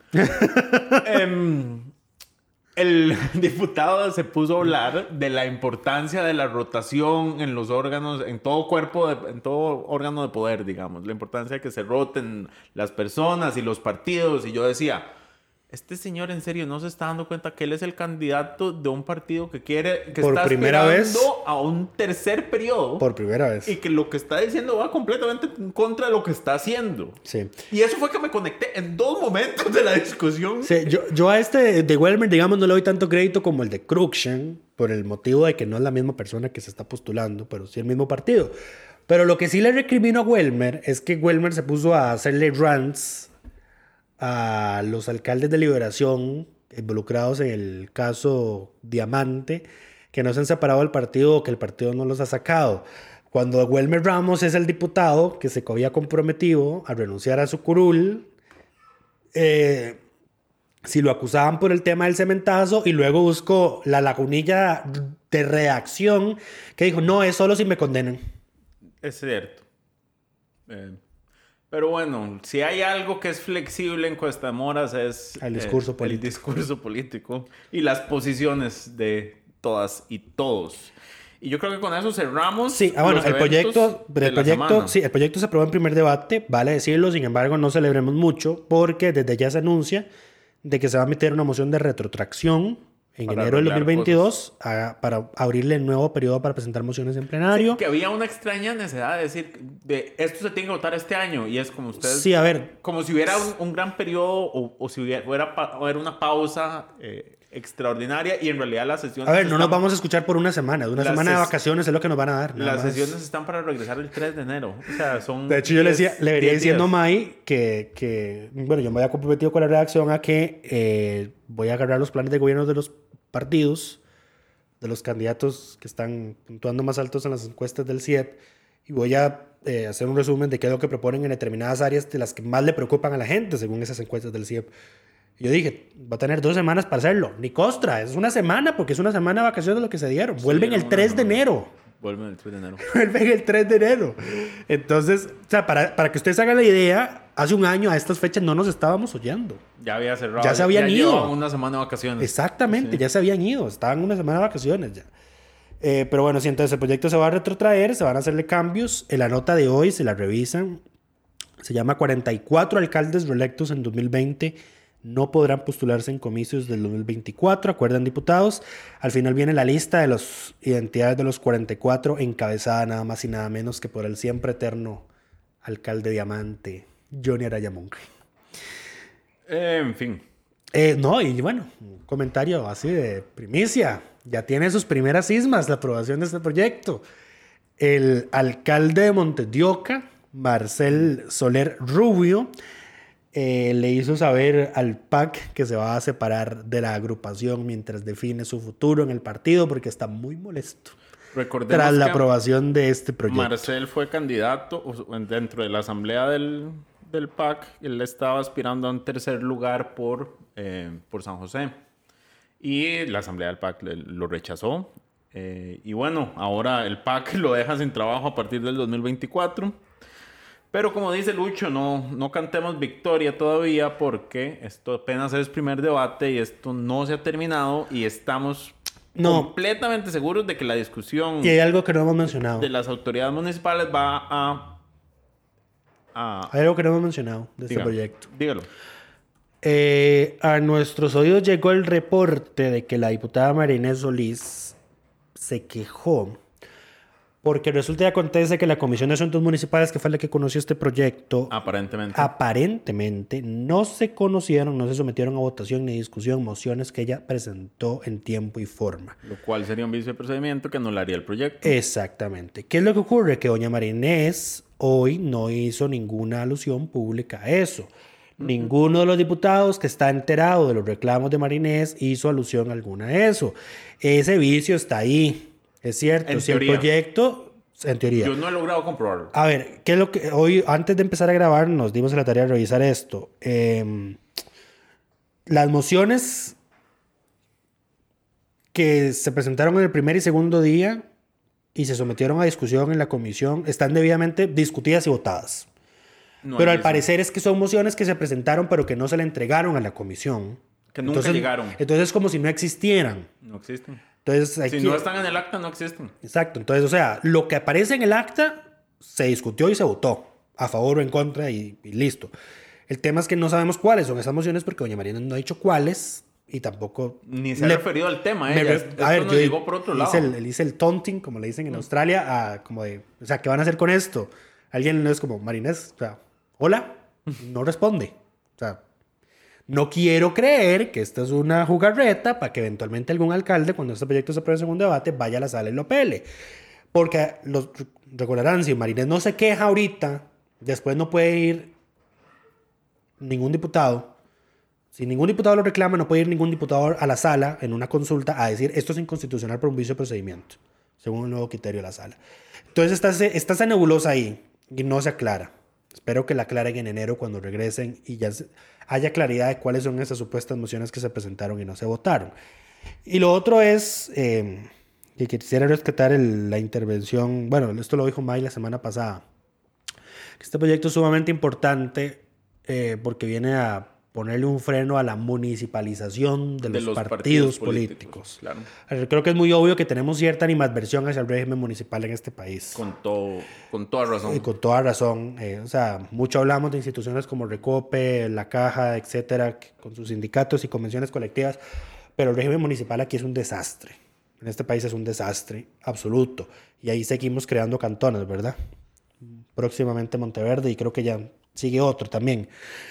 El diputado se puso a hablar de la importancia de la rotación en los órganos, en todo órgano de poder, digamos. La importancia de que se roten las personas y los partidos. Y yo decía, este señor en serio no se está dando cuenta que él es el candidato de un partido que Por está primera vez, a un tercer periodo. Por primera vez. Y que lo que está diciendo va completamente en contra de lo que está haciendo. Sí. Y eso fue que me conecté en 2 momentos de la discusión. Sí, yo a este de Welmer, digamos, no le doy tanto crédito como el de Cruikshank, por el motivo de que no es la misma persona que se está postulando, pero sí el mismo partido. Pero lo que sí le recrimino a Welmer es que Welmer se puso a hacerle rants a los alcaldes de Liberación involucrados en el caso Diamante, que no se han separado del partido o que el partido no los ha sacado. Cuando Welmer Ramos es el diputado que se había comprometido a renunciar a su curul, si lo acusaban por el tema del cementazo, y luego buscó la lagunilla de reacción que dijo, no, es solo si me condenan. Es cierto. Pero bueno, si hay algo que es flexible en Cuesta Moras es el discurso político. El discurso político y las posiciones de todas y todos. Y yo creo que con eso cerramos. Sí, bueno, el proyecto se aprobó en primer debate, vale decirlo, sin embargo no celebremos mucho porque desde ya se anuncia de que se va a meter una moción de retrotracción en enero del 2022 para abrirle el nuevo periodo para presentar mociones en plenario. Sí, que había una extraña necesidad de decir, esto se tiene que votar este año, y es como ustedes... Sí, a ver. Como si hubiera un gran periodo o si hubiera una pausa extraordinaria, y en realidad las sesiones... A ver, no nos vamos a escuchar por una semana. Una semana de vacaciones es lo que nos van a dar. Las sesiones están para regresar el 3 de enero. O sea, son... De hecho, yo le venía diciendo a Mai que... Bueno, yo me había comprometido con la redacción a que voy a agarrar los planes de gobierno de los partidos, de los candidatos que están puntuando más altos en las encuestas del CIEP, y voy a hacer un resumen de qué es lo que proponen en determinadas áreas de las que más le preocupan a la gente según esas encuestas del CIEP. Y yo dije, va a tener 2 semanas para hacerlo. Ni costra, es una semana, porque es una semana de vacaciones lo que se dieron. Vuelven el 3 de enero. Vuelven el 3 de enero. Vuelven el 3 de enero. Entonces, o sea, para que ustedes hagan la idea, hace un año a estas fechas no nos estábamos oyendo. Ya había cerrado. Ya se habían ido. Llevaban una semana de vacaciones. Exactamente, sí. Ya se habían ido. Estaban una semana de vacaciones ya. Pero bueno, sí, entonces el proyecto se va a retrotraer, se van a hacerle cambios. En la nota de hoy, se la revisan, se llama 44 alcaldes reelectos en 2020 no podrán postularse en comicios del 2024, acuerdan diputados. Al final viene la lista de las identidades de los 44, encabezada nada más y nada menos que por el siempre eterno alcalde Diamante, Johnny Araya Monge. En fin. No, y bueno, un comentario así de primicia. Ya tiene sus primeras cismas la aprobación de este proyecto. El alcalde de Montes de Oca, Marcel Soler Rubio, le hizo saber al PAC que se va a separar de la agrupación mientras define su futuro en el partido porque está muy molesto. Recordemos tras la aprobación de este proyecto. Marcel fue candidato dentro de la asamblea del PAC. Él estaba aspirando a un tercer lugar por San José. Y la asamblea del PAC lo rechazó. Y bueno, ahora el PAC lo deja sin trabajo a partir del 2024. Pero como dice Lucho, no cantemos victoria todavía porque esto apenas es primer debate y esto no se ha terminado y estamos completamente seguros de que la discusión... Y hay algo que no hemos mencionado. ...de las autoridades municipales va a... Hay algo que no hemos mencionado de este proyecto. Dígalo. A nuestros oídos llegó el reporte de que la diputada María Inés Solís se quejó porque resulta y acontece que la Comisión de Asuntos Municipales, que fue la que conoció este proyecto, aparentemente no se conocieron, no se sometieron a votación ni discusión mociones que ella presentó en tiempo y forma. Lo cual sería un vicio de procedimiento que anularía el proyecto. Exactamente. ¿Qué es lo que ocurre? Que doña María Inés hoy no hizo ninguna alusión pública a eso. Ninguno de los diputados que está enterado de los reclamos de María Inés hizo alusión alguna a eso. Ese vicio está ahí. Es cierto, si el proyecto, en teoría. Yo no he logrado comprobarlo. A ver, ¿qué es lo que hoy, antes de empezar a grabar, nos dimos la tarea de revisar esto? Las mociones que se presentaron en el primer y segundo día y se sometieron a discusión en la comisión están debidamente discutidas y votadas. Pero al parecer es que son mociones que se presentaron pero que no se le entregaron a la comisión. Que nunca llegaron. Entonces es como si no existieran. No existen. Entonces, si no están en el acta, no existen. Exacto. Entonces, o sea, lo que aparece en el acta se discutió y se votó a favor o en contra y listo. El tema es que no sabemos cuáles son esas mociones porque doña Marina no ha dicho cuáles y tampoco... Ni se ha referido al tema, Esto nos llegó por otro lado. Hice el taunting, como le dicen en Australia, como de, o sea, ¿qué van a hacer con esto? Alguien no es como, Marinés, o sea, hola, no responde. O sea, no quiero creer que esta es una jugarreta para que eventualmente algún alcalde, cuando este proyecto se apruebe en segundo debate, vaya a la sala y lo pele. Porque recordarán, si Marinés no se queja ahorita, después no puede ir ningún diputado. Si ningún diputado lo reclama, no puede ir ningún diputado a la sala en una consulta a decir esto es inconstitucional por un vicio de procedimiento, según el nuevo criterio de la sala. Entonces está esa nebulosa ahí y no se aclara. Espero que la aclaren en enero cuando regresen y ya haya claridad de cuáles son esas supuestas mociones que se presentaron y no se votaron. Y lo otro es que quisiera rescatar la intervención, bueno, esto lo dijo May la semana pasada, que este proyecto es sumamente importante porque viene a ponerle un freno a la municipalización de los partidos políticos. Claro. Creo que es muy obvio que tenemos cierta animadversión hacia el régimen municipal en este país. Con toda razón. Y con toda razón. O sea, mucho hablamos de instituciones como Recope, La Caja, etcétera, con sus sindicatos y convenciones colectivas, pero el régimen municipal aquí es un desastre. En este país es un desastre absoluto. Y ahí seguimos creando cantones, ¿verdad? Próximamente Monteverde y creo que ya sigue otro también.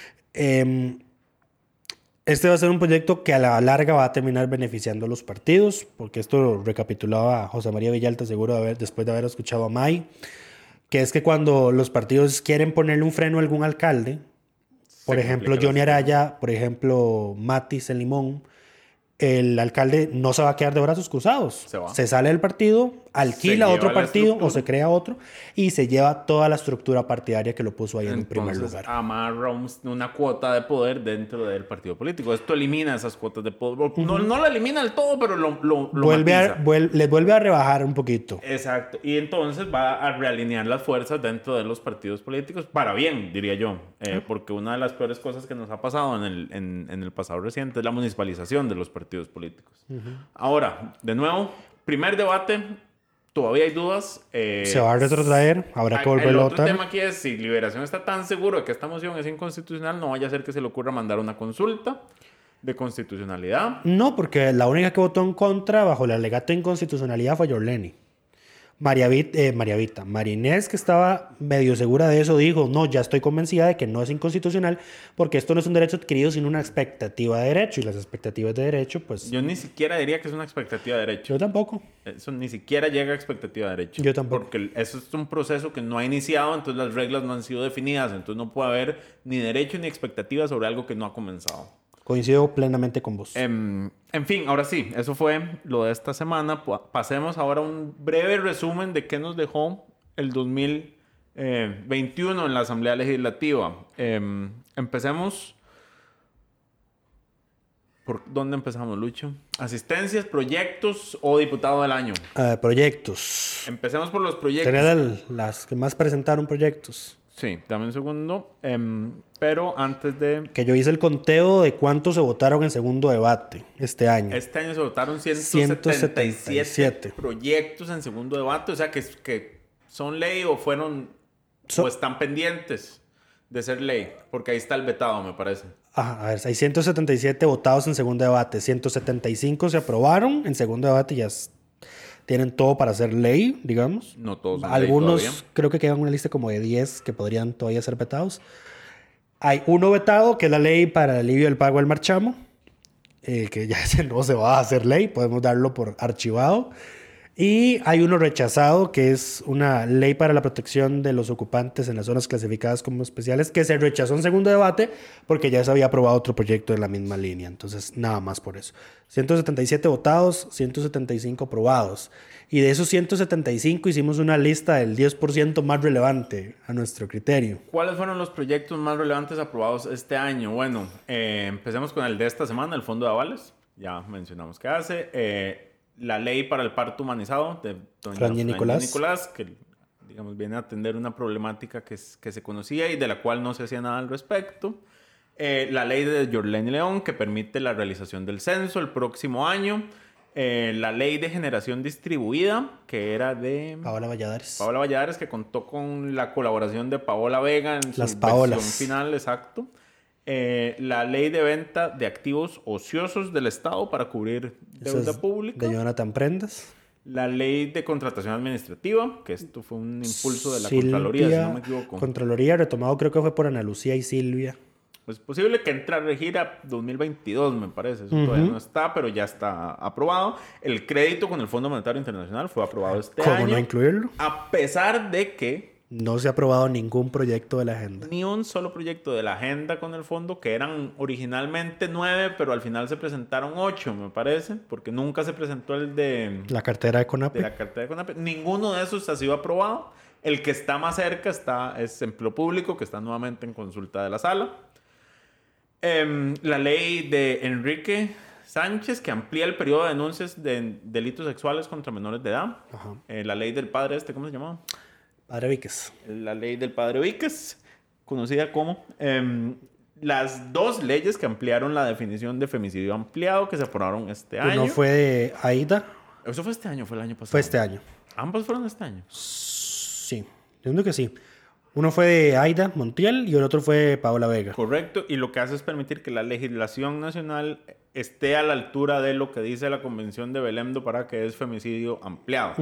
Este va a ser un proyecto que a la larga va a terminar beneficiando a los partidos, porque esto lo recapitulaba José María Villalta seguro después de haber escuchado a May, que es que cuando los partidos quieren ponerle un freno a algún alcalde, por ejemplo Johnny Araya, por ejemplo Matis en Limón, el alcalde no se va a quedar de brazos cruzados. Se sale del partido, alquila otro partido o se crea otro y se lleva toda la estructura partidaria que lo puso ahí en primer lugar. Amarra una cuota de poder dentro del partido político. Esto elimina esas cuotas de poder. No lo elimina del todo, pero lo les vuelve a rebajar un poquito. Exacto. Y entonces va a realinear las fuerzas dentro de los partidos políticos para bien, diría yo. Porque una de las peores cosas que nos ha pasado en el pasado reciente es la municipalización de los partidos políticos. Ahora, de nuevo, primer debate, todavía hay dudas. Se va a retrotraer, habrá que volverlo a votar. El otro tema aquí es, si Liberación está tan seguro de que esta moción es inconstitucional, no vaya a ser que se le ocurra mandar una consulta de constitucionalidad. No, porque la única que votó en contra bajo el alegato de inconstitucionalidad fue Yorleni. Marinés, que estaba medio segura de eso, dijo, no, ya estoy convencida de que no es inconstitucional porque esto no es un derecho adquirido, sino una expectativa de derecho. Y las expectativas de derecho, pues... Yo ni siquiera diría que es una expectativa de derecho. Yo tampoco. Eso ni siquiera llega a expectativa de derecho. Yo tampoco. Porque eso es un proceso que no ha iniciado, entonces las reglas no han sido definidas, entonces no puede haber ni derecho ni expectativa sobre algo que no ha comenzado. Coincido plenamente con vos. En fin, ahora sí, eso fue lo de esta semana. Pasemos ahora a un breve resumen de qué nos dejó el 2021 en la Asamblea Legislativa. Empecemos... ¿Por dónde empezamos, Lucho? ¿Asistencias, proyectos o diputado del año? Proyectos. Empecemos por los proyectos. Serían las que más presentaron proyectos. Sí, dame un segundo. Pero antes de... Que yo hice el conteo de cuántos se votaron en segundo debate este año. Este año se votaron 177 proyectos en segundo debate. O sea, que son ley o fueron... o están pendientes de ser ley. Porque ahí está el vetado, me parece. A ver, hay 177 votados en segundo debate. 175 se aprobaron en segundo debate y ya tienen todo para ser ley, digamos. No todos son algunos ley todavía. Creo que quedan una lista como de 10 que podrían todavía ser vetados. Hay uno vetado, que es la ley para el alivio del pago al marchamo, que ya ese no se va a hacer ley, podemos darlo por archivado. Y hay uno rechazado, que es una ley para la protección de los ocupantes en las zonas clasificadas como especiales, que se rechazó en segundo debate porque ya se había aprobado otro proyecto de la misma línea. Entonces, nada más por eso. 177 votados, 175 aprobados. Y de esos 175 hicimos una lista del 10% más relevante a nuestro criterio. ¿Cuáles fueron los proyectos más relevantes aprobados este año? Bueno, empecemos con el de esta semana, el Fondo de Avales. Ya mencionamos qué hace. La ley para el parto humanizado de doña Franja Nicolás, que digamos viene a atender una problemática que se conocía y de la cual no se hacía nada al respecto. La ley de Yorleni León, que permite la realización del censo el próximo año. La ley de generación distribuida, que era de... Paola Valladares, que contó con la colaboración de Paola Vega en Las su Paolas. versión final, exacto. La ley de venta de activos ociosos del Estado para cubrir deuda pública. De Jonathan Prendas. La ley de contratación administrativa, que esto fue un impulso de la Contraloría, si no me equivoco. Contraloría, retomado creo que fue por Ana Lucía y Silvia. Es posible que entre a regir a 2022, me parece. Eso todavía no está, pero ya está aprobado. El crédito con el Fondo Monetario Internacional fue aprobado este año. ¿Cómo no incluirlo? A pesar de que no se ha aprobado ningún proyecto de la agenda. Ni un solo proyecto de la agenda con el fondo, que eran originalmente 9, pero al final se presentaron 8, me parece, porque nunca se presentó el de la cartera de CONAPE. Ninguno de esos ha sido aprobado. El que está más cerca es empleo público, que está nuevamente en consulta de la sala. La ley de Enrique Sánchez, que amplía el periodo de denuncias de delitos sexuales contra menores de edad. La ley del padre ¿cómo se llamaba? Padre Víquez. La ley del padre Víquez, conocida como... las dos leyes que ampliaron la definición de femicidio ampliado, que se aprobaron este año. Uno fue de Aida. ¿Eso fue este año o fue el año pasado? Fue este año. ¿Ambos fueron este año? Sí, entiendo que sí. Uno fue de Aida Montiel y el otro fue de Paola Vega. Correcto, y lo que hace es permitir que la legislación nacional esté a la altura de lo que dice la Convención de Belém do Pará, que es femicidio ampliado.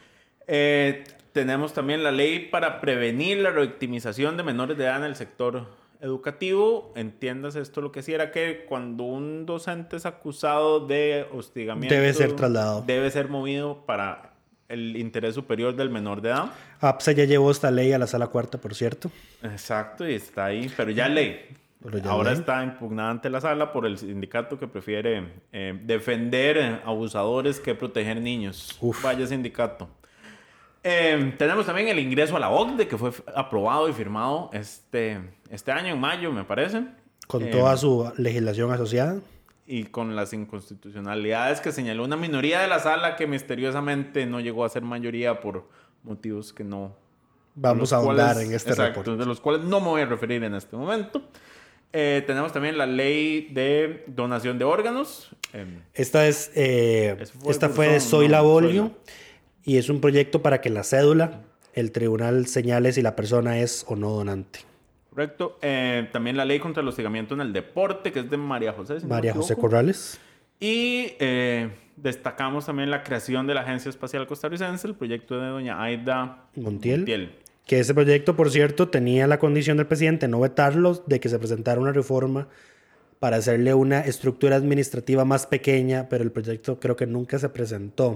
Tenemos también la ley para prevenir la revictimización de menores de edad en el sector educativo. Entiendas esto, lo que sí era que cuando un docente es acusado de hostigamiento... Debe ser trasladado. Debe ser movido para el interés superior del menor de edad. APSA ya llevó esta ley a la sala cuarta, por cierto. Exacto, y está ahí, pero ya ley. Ahora está impugnada ante la sala por el sindicato que prefiere defender abusadores que proteger niños. Vaya sindicato. Tenemos también el ingreso a la OCDE, que fue aprobado y firmado este año, en mayo, me parece. Con toda su legislación asociada. Y con las inconstitucionalidades que señaló una minoría de la sala, que misteriosamente no llegó a ser mayoría por motivos que no... Vamos a ahondar en este reporte. De los cuales no me voy a referir en este momento. Tenemos también la ley de donación de órganos. Esta fue de Zoila Bolio. Y es un proyecto para que la cédula, el tribunal señale si la persona es o no donante. Correcto. También la ley contra el hostigamiento en el deporte, que es de María José. María José Corrales. Y destacamos también la creación de la Agencia Espacial Costarricense, el proyecto de doña Aida Montiel. Que ese proyecto, por cierto, tenía la condición del presidente no vetarlo, de que se presentara una reforma para hacerle una estructura administrativa más pequeña, pero el proyecto creo que nunca se presentó.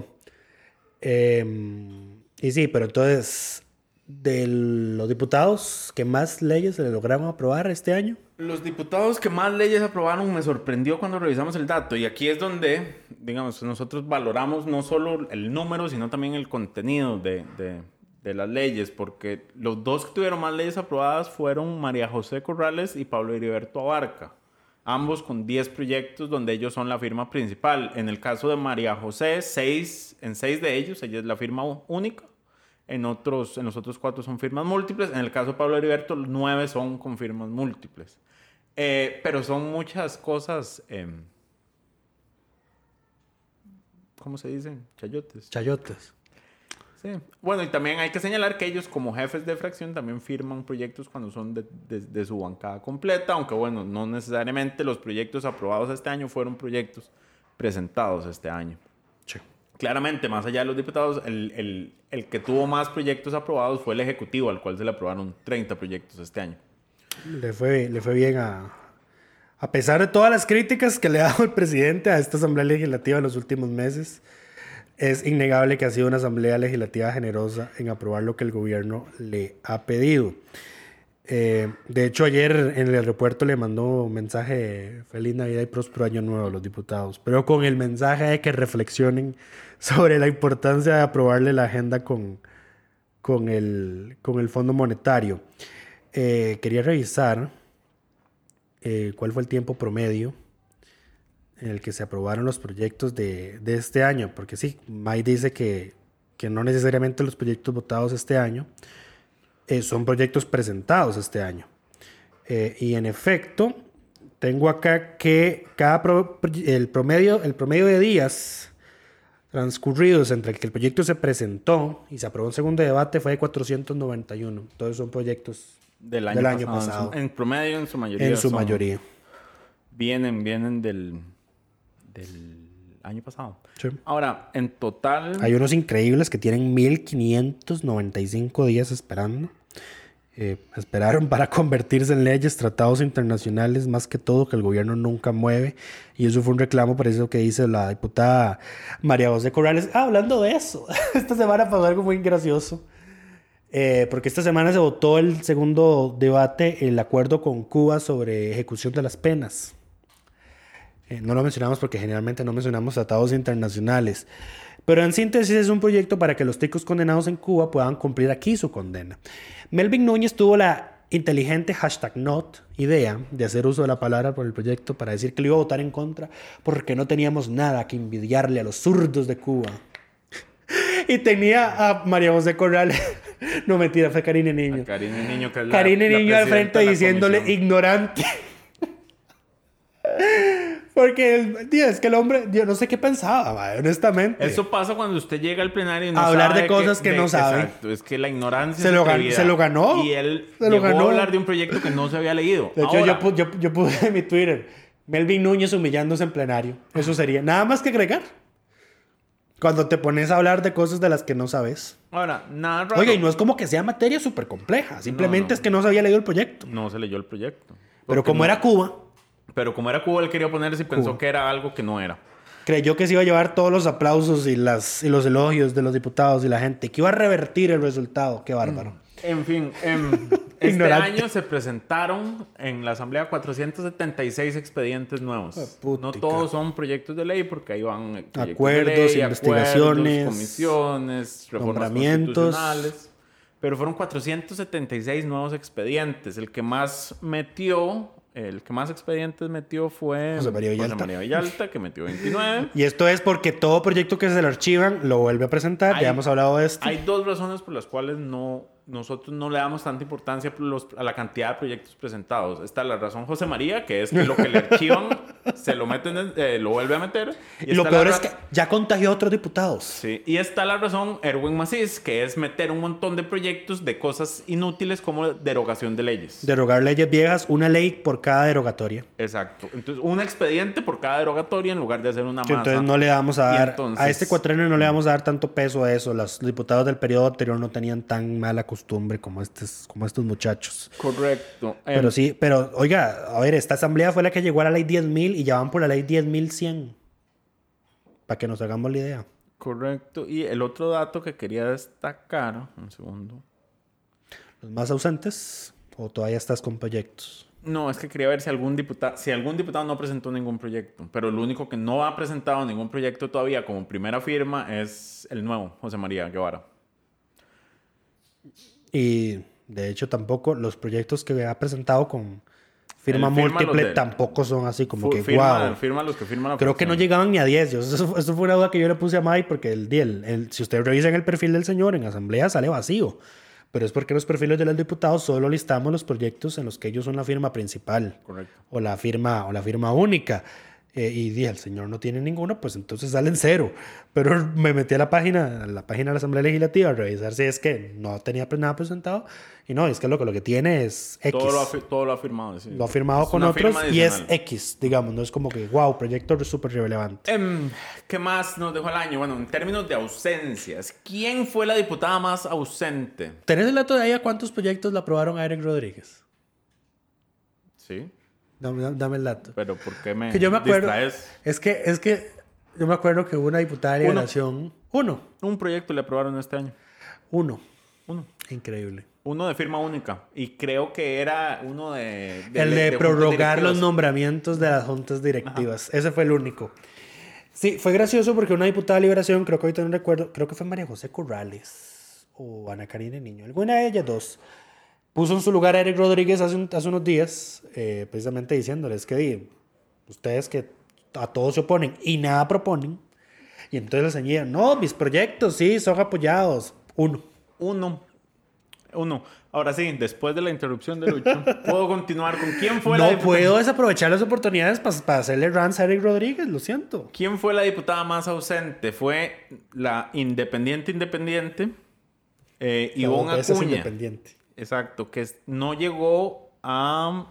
Y sí, pero entonces, de los diputados que más leyes se le lograron aprobar este año. Los diputados que más leyes aprobaron, me sorprendió cuando revisamos el dato. Y aquí es donde, digamos, nosotros valoramos no solo el número, sino también el contenido de las leyes. Porque los dos que tuvieron más leyes aprobadas fueron María José Corrales y Pablo Heriberto Abarca. Ambos con 10 proyectos donde ellos son la firma principal. En el caso de María José, en 6 de ellos, ella es la firma única. En los otros 4 son firmas múltiples. En el caso de Pablo Heriberto, 9 son con firmas múltiples. Pero son muchas cosas... ¿cómo se dice? Chayotes. Sí. Bueno, y también hay que señalar que ellos, como jefes de fracción, también firman proyectos cuando son de su bancada completa, aunque bueno, no necesariamente los proyectos aprobados este año fueron proyectos presentados este año. Sí. Claramente, más allá de los diputados, el que tuvo más proyectos aprobados fue el Ejecutivo, al cual se le aprobaron 30 proyectos este año. Le fue bien a pesar de todas las críticas que le ha dado el presidente a esta Asamblea Legislativa en los últimos meses. Es innegable que ha sido una asamblea legislativa generosa en aprobar lo que el gobierno le ha pedido. De hecho, ayer en el aeropuerto le mandó un mensaje Feliz Navidad y Próspero Año Nuevo a los diputados, pero con el mensaje de que reflexionen sobre la importancia de aprobarle la agenda con el Fondo Monetario. Quería revisar cuál fue el tiempo promedio en el que se aprobaron los proyectos de este año, porque sí, May dice que no necesariamente los proyectos votados este año son proyectos presentados este año. Y en efecto, tengo acá que el promedio de días transcurridos entre el que el proyecto se presentó y se aprobó en segundo debate fue de 491. Entonces son proyectos Del año año pasado. En promedio, en su mayoría. En su mayoría. Vienen del año pasado. Sí. Ahora, en total... Hay unos increíbles que tienen 1595 días esperando. Esperaron para convertirse en leyes, tratados internacionales, más que todo que el gobierno nunca mueve. Y eso fue un reclamo, por eso que dice la diputada María José Corrales. Hablando de eso, esta semana pasó algo muy gracioso. Porque esta semana se votó el segundo debate, el acuerdo con Cuba sobre ejecución de las penas. No lo mencionamos porque generalmente no mencionamos tratados internacionales. Pero en síntesis es un proyecto para que los ticos condenados en Cuba puedan cumplir aquí su condena. Melvin Núñez tuvo la inteligente #not idea de hacer uso de la palabra por el proyecto para decir que lo iba a votar en contra porque no teníamos nada que envidiarle a los zurdos de Cuba. Y tenía a María José Corrales. No, mentira, fue Karine Niño. Karine Niño, que es Karine Niño al frente diciéndole ignorante. Porque es que el hombre, yo no sé qué pensaba, honestamente. Eso pasa cuando usted llega al plenario y no hablar sabe de cosas que no sabe. Exacto, es que la ignorancia se lo ganó. Y él llegó a hablar de un proyecto que no se había leído. De hecho, yo puse en mi Twitter, Melvin Núñez humillándose en plenario. Eso sería nada más que agregar. Cuando te pones a hablar de cosas de las que no sabes. Ahora, nada raro. Oiga, y no es como que sea materia súper compleja. Simplemente es que no se había leído el proyecto. No se leyó el proyecto. Pero como era Cuba... Pero como era Cuba, él quería ponerse y pensó que era algo que no era. Creyó que se iba a llevar todos los aplausos y los elogios de los diputados y la gente. Que iba a revertir el resultado. Qué bárbaro. En fin, este año se presentaron en la Asamblea 476 expedientes nuevos. No todos son proyectos de ley porque ahí van acuerdos, de ley, investigaciones, comisiones, reformas constitucionales. Pero fueron 476 nuevos expedientes. El que más expedientes metió fue José María Villalta, que metió 29. Y esto es porque todo proyecto que se le archivan lo vuelve a presentar. Ya hemos hablado de esto. Hay dos razones por las cuales nosotros no le damos tanta importancia a la cantidad de proyectos presentados. Está la razón José María, que es que lo que le archivan se lo meten, lo vuelve a meter. Y lo peor es que ya contagió a otros diputados. Sí. Y está la razón Erwin Macís, que es meter un montón de proyectos de cosas inútiles como derogación de leyes. Derogar leyes viejas, una ley por cada derogatoria. Exacto. Entonces, un expediente por cada derogatoria en lugar de hacer una masa. Entonces no le vamos a dar... A este cuatrenio no le vamos a dar tanto peso a eso. Los diputados del periodo anterior no tenían tan mala costumbre como estos muchachos. Correcto. Pero sí, pero oiga, a ver, esta asamblea fue la que llegó a la ley 10.000 y ya van por la ley 10.100. Para que nos hagamos la idea. Correcto. Y el otro dato que quería destacar, un segundo. ¿Los más ausentes o todavía estás con proyectos? No, es que quería ver si algún diputado no presentó ningún proyecto. Pero el único que no ha presentado ningún proyecto todavía como primera firma es el nuevo, José María Guevara. Y de hecho tampoco los proyectos que ha presentado con firma múltiple tampoco son así como que wow. Firma los que firman la Creo que no llegaban ni a 10. Eso fue una duda que yo le puse a Mike porque si ustedes revisan el perfil del señor en asamblea sale vacío. Pero es porque en los perfiles de los diputados solo listamos los proyectos en los que ellos son la firma principal. Correcto. O la firma única. Y dije, el señor no tiene ninguno, pues entonces salen 0. Pero me metí a la página de la Asamblea Legislativa a revisar si es que no tenía nada presentado. Y no, es que lo que tiene es X. Todo lo ha firmado. Sí. Lo ha firmado con otros y es X, digamos. No es como que, wow, proyecto súper relevante. ¿Qué más nos dejó el año? Bueno, en términos de ausencias, ¿quién fue la diputada más ausente? ¿Tenés el dato de ahí a cuántos proyectos le aprobaron a Eric Rodríguez? Sí. Dame el dato. Pero ¿por qué me distraes? Es que yo me acuerdo que hubo una diputada de Liberación. Un proyecto le aprobaron este año. Uno. Increíble. Uno de firma única. Y creo que era uno el de prorrogar los nombramientos de las juntas directivas. Ajá. Ese fue el único. Sí, fue gracioso porque una diputada de Liberación, creo que ahorita no recuerdo, creo que fue María José Corrales o Ana Karine Niño. Alguna de ellas dos. Puso en su lugar a Eric Rodríguez hace unos días, precisamente diciéndoles que ustedes que a todos se oponen y nada proponen. Y entonces el señor, no, mis proyectos sí son apoyados. Uno. Ahora sí, después de la interrupción de Lucho, ¿puedo continuar con quién fue la diputada? No puedo desaprovechar las oportunidades para hacerle runs a Eric Rodríguez, lo siento. ¿Quién fue la diputada más ausente? Fue la independiente Ivonne Acuña. Exacto, que no llegó a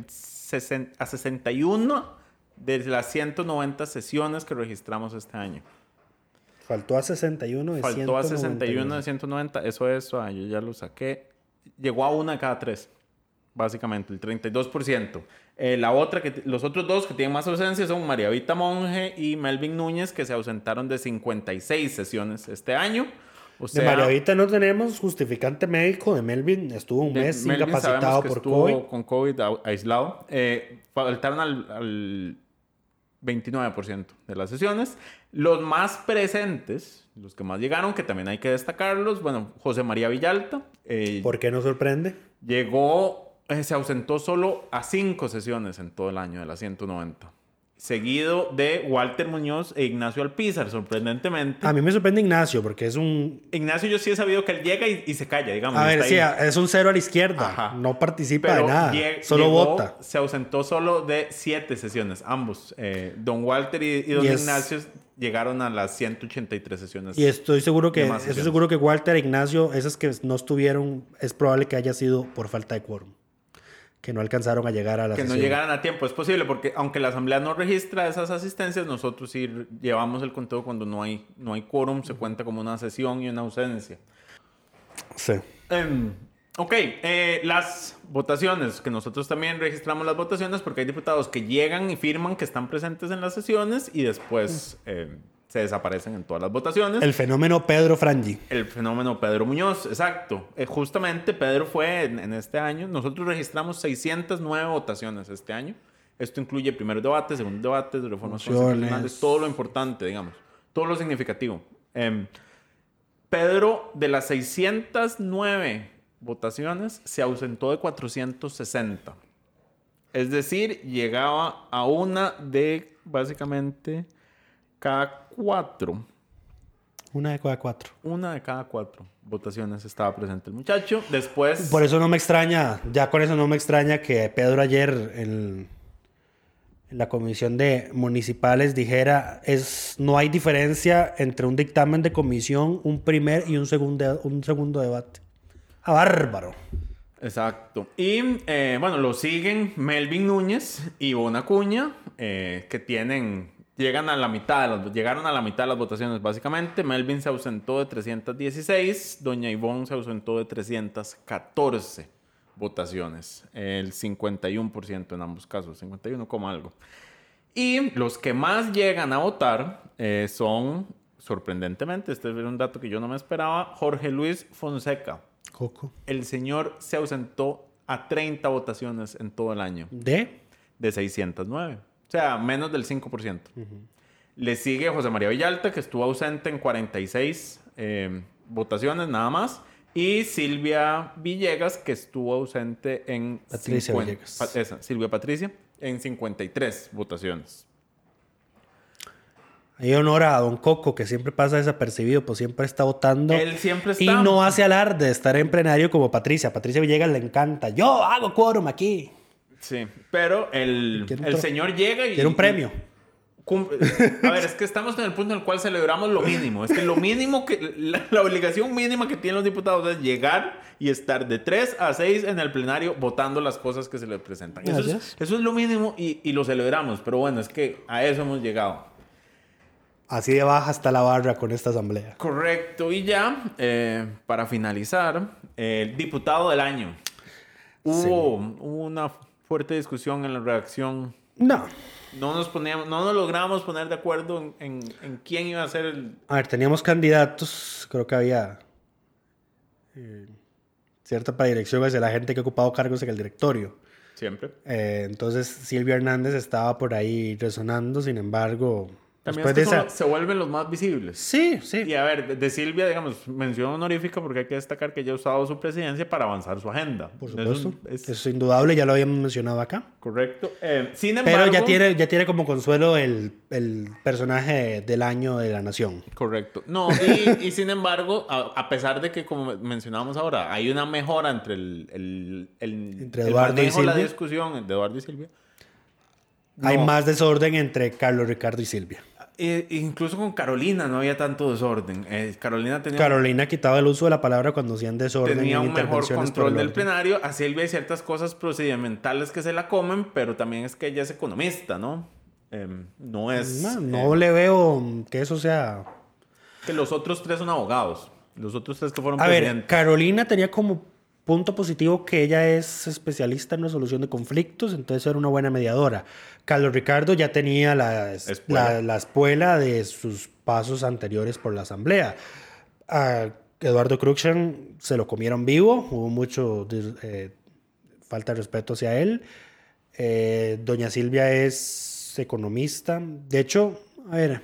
61 de las 190 sesiones que registramos este año. Faltó a 61 de 190. Faltó a 61 de 190. Eso es, yo ya lo saqué. Llegó a una de cada 3, básicamente, el 32%. Los otros dos que tienen más ausencia son María Vita Monge y Melvin Núñez, que se ausentaron de 56 sesiones este año. O sea, de María Vita no tenemos justificante médico. De Melvin estuvo un mes incapacitado por COVID. Con COVID aislado. Faltaron al 29% de las sesiones. Los más presentes, los que más llegaron, que también hay que destacarlos, bueno, José María Villalta. ¿Por qué no sorprende? Se ausentó solo a 5 sesiones en todo el año de las 190. Seguido de Walter Muñoz e Ignacio Alpizar, sorprendentemente. A mí me sorprende Ignacio, porque es un... Ignacio, yo sí he sabido que él llega y se calla, digamos. A ver, sí, es un 0 a la izquierda. Ajá. No participa de nada. Solo vota. Se ausentó solo de 7 sesiones, ambos. Don Walter y don Ignacio llegaron a las 183 sesiones. Y estoy seguro que Walter e Ignacio, esas que no estuvieron, es probable que haya sido por falta de quórum. Que no alcanzaron a llegar a la sesión. Que no llegaran a tiempo. Es posible porque aunque la asamblea no registra esas asistencias, nosotros sí llevamos el conteo cuando no hay quórum. Se cuenta como una sesión y una ausencia. Sí. Ok. Las votaciones, que nosotros también registramos las votaciones porque hay diputados que llegan y firman que están presentes en las sesiones y después se desaparecen en todas las votaciones. El fenómeno Pedro Frangi. El fenómeno Pedro Muñoz, exacto. Justamente Pedro fue en este año. Nosotros registramos 609 votaciones este año. Esto incluye primer debate, segundo debate, reformas constitucionales, todo lo importante, digamos. Todo lo significativo. Pedro, de las 609 votaciones, se ausentó de 460. Es decir, llegaba a una de, básicamente, cada 4. Una de cada 4. Una de cada 4 votaciones estaba presente el muchacho. Después... Por eso no me extraña, ya con eso no me extraña que Pedro ayer en la comisión de municipales dijera no hay diferencia entre un dictamen de comisión, un primer y un segundo debate. ¡Ah, bárbaro! Exacto. Y bueno, lo siguen Melvin Núñez y Ivonne Acuña, que llegaron a la mitad de las votaciones, básicamente. Melvin se ausentó de 316, doña Ivonne se ausentó de 314 votaciones. El 51% en ambos casos, 51, algo. Y los que más llegan a votar son, sorprendentemente, este es un dato que yo no me esperaba, Jorge Luis Fonseca. Coco. El señor se ausentó a 30 votaciones en todo el año. ¿De? De 609. O sea, menos del 5%. Le sigue José María Villalta, que estuvo ausente en 46 votaciones nada más. Y Silvia Villegas, que estuvo ausente en... Silvia Patricia, en 53 votaciones. Hay honor a don Coco, que siempre pasa desapercibido, pues siempre está votando. Él siempre está. Y no hace alarde de estar en plenario como Patricia. Patricia Villegas le encanta. Yo hago quórum aquí. Sí, pero el señor llega y... Quiere un premio. A ver, es que estamos en el punto en el cual celebramos lo mínimo. Es que lo mínimo la obligación mínima que tienen los diputados es llegar y estar de 3 a 6 en el plenario votando las cosas que se les presentan. Eso es lo mínimo y lo celebramos. Pero bueno, es que a eso hemos llegado. Así de baja está la barra con esta asamblea. Correcto. Y ya, para finalizar, el diputado del año. Hubo una fuerte discusión en la redacción. No nos logramos poner de acuerdo en quién iba a ser el... A ver, teníamos candidatos. Creo que había cierta predilección hacia la gente que ha ocupado cargos en el directorio. Siempre. Entonces Silvia Hernández estaba por ahí resonando. Sin embargo... También es que se vuelven los más visibles. Sí, sí. Y a ver, de Silvia, digamos, mención honorífica porque hay que destacar que ella ha usado su presidencia para avanzar su agenda. Por supuesto. Eso es indudable, ya lo habíamos mencionado acá. Correcto. Sin embargo... Pero ya tiene como consuelo el personaje del año de la nación. Correcto. No, y sin embargo, a pesar de que, como mencionábamos ahora, hay una mejora entre entre Eduardo y Silvia. La discusión de Eduardo y Silvia. Hay más desorden entre Carlos Ricardo y Silvia. Incluso con Carolina no había tanto desorden. Carolina quitaba el uso de la palabra cuando hacían desorden. Tenía un mejor control del orden. plenario. A Silvia hay ciertas cosas procedimentales que se la comen, pero también es que ella es economista, ¿no? No es... No le veo que eso sea... Que los otros tres son abogados. Los otros tres que fueron A ver, presidentes. Carolina tenía como punto positivo que ella es especialista en resolución de conflictos, entonces era una buena mediadora. Carlos Ricardo ya tenía la espuela de sus pasos anteriores por la asamblea. A Eduardo Cruikshank se lo comieron vivo, hubo mucho falta de respeto hacia él. Doña Silvia es economista. De hecho, a ver,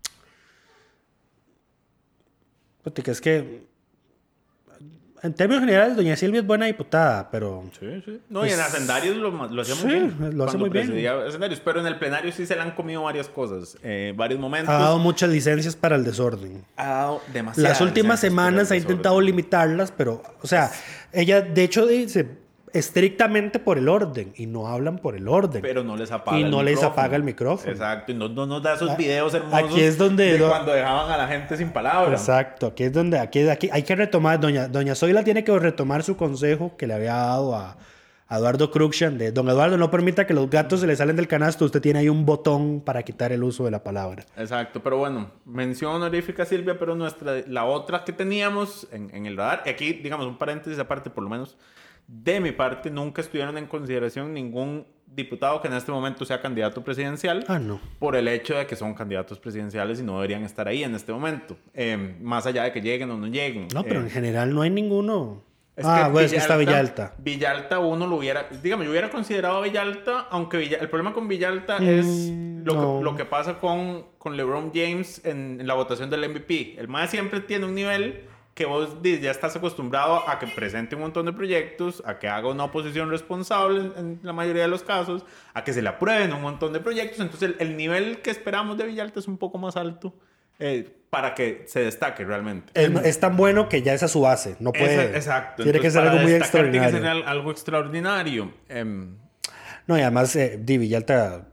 porque es que en términos generales, doña Silvia es buena diputada, pero... Sí. No, y en hacendarios lo hacía muy bien. Lo hace muy bien. Hacendarios, pero en el plenario sí se le han comido varias cosas. Varios momentos. Ha dado muchas licencias para el desorden. Ha dado demasiadas. Las últimas semanas ha intentado limitarlas, pero... O sea, ella de hecho dice estrictamente por el orden y no hablan por el orden. Pero no les apaga el micrófono. Exacto, y no nos da esos videos hermosos aquí es donde de cuando dejaban a la gente sin palabras. Exacto, aquí es donde aquí hay que retomar, doña Zoila tiene que retomar su consejo que le había dado a Eduardo Cruikshank de: don Eduardo, no permita que los gatos se le salen del canasto, usted tiene ahí un botón para quitar el uso de la palabra. Exacto, pero bueno, mención honorífica a Silvia, pero la otra que teníamos en el radar, y aquí digamos un paréntesis aparte, por lo menos de mi parte, nunca estuvieron en consideración ningún diputado que en este momento sea candidato presidencial. No. Por el hecho de que son candidatos presidenciales y no deberían estar ahí en este momento. Más allá de que lleguen o no lleguen. No, pero en general no hay ninguno. Es que está Villalta. Villalta uno lo hubiera... Digamos, yo hubiera considerado a Villalta, aunque el problema con Villalta es lo que pasa con LeBron James en la votación del MVP. El MAE siempre tiene un nivel que vos ya estás acostumbrado a que presente un montón de proyectos, a que haga una oposición responsable en la mayoría de los casos, a que se le aprueben un montón de proyectos. Entonces el nivel que esperamos de Villalta es un poco más alto para que se destaque realmente. Es tan bueno que ya esa es su base. No puede... Exacto. Tiene que ser algo muy extraordinario. Tiene que ser algo extraordinario. No, y además Villalta...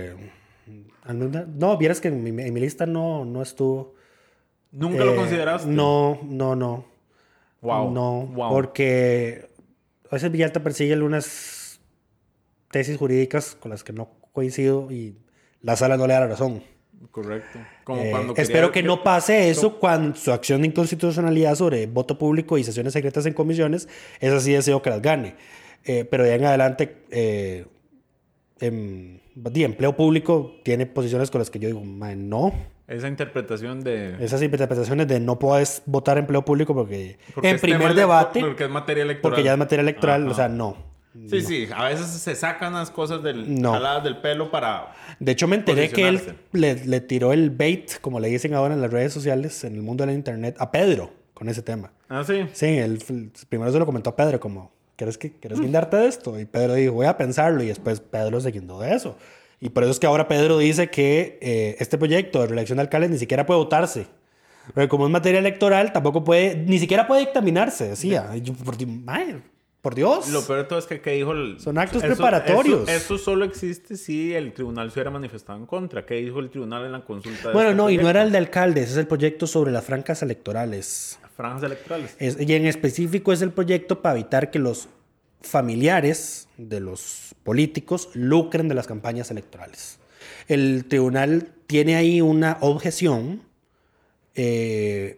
no, vieras que en mi lista no estuvo... ¿Nunca lo consideraste? No. Wow. No, porque a veces Villalta persigue algunas tesis jurídicas con las que no coincido y la sala no le da la razón. Correcto. Como cuando espero que no pase eso cuando su acción de inconstitucionalidad sobre voto público y sesiones secretas en comisiones, esas sí deseo que las gane. Pero de en adelante, empleo público tiene posiciones con las que yo digo, no. Esas interpretaciones de no puedes votar empleo público porque en primer debate... Porque es materia electoral. Porque ya es materia electoral, o sea, no. Sí, a veces se sacan las cosas jaladas del pelo para... De hecho, me enteré que él le tiró el bait, como le dicen ahora en las redes sociales, en el mundo del internet, a Pedro con ese tema. ¿Ah, sí? Sí, él primero se lo comentó a Pedro como, ¿quieres guindarte de esto? Y Pedro dijo, voy a pensarlo, y después Pedro se guindó de eso. Y por eso es que ahora Pedro dice que este proyecto de reelección de alcaldes ni siquiera puede votarse. Porque como es materia electoral, ni siquiera puede dictaminarse, decía. Yo, por Dios. Lo peor de todo es que dijo... Son actos preparatorios. Eso solo existe si el tribunal se hubiera manifestado en contra. ¿Qué dijo el tribunal en la consulta? Bueno, no, proyecto? Y no era el de alcaldes, es el proyecto sobre las franjas electorales. Franjas electorales. Y en específico es el proyecto para evitar que los familiares de los políticos lucren de las campañas electorales. El tribunal tiene ahí una objeción, pero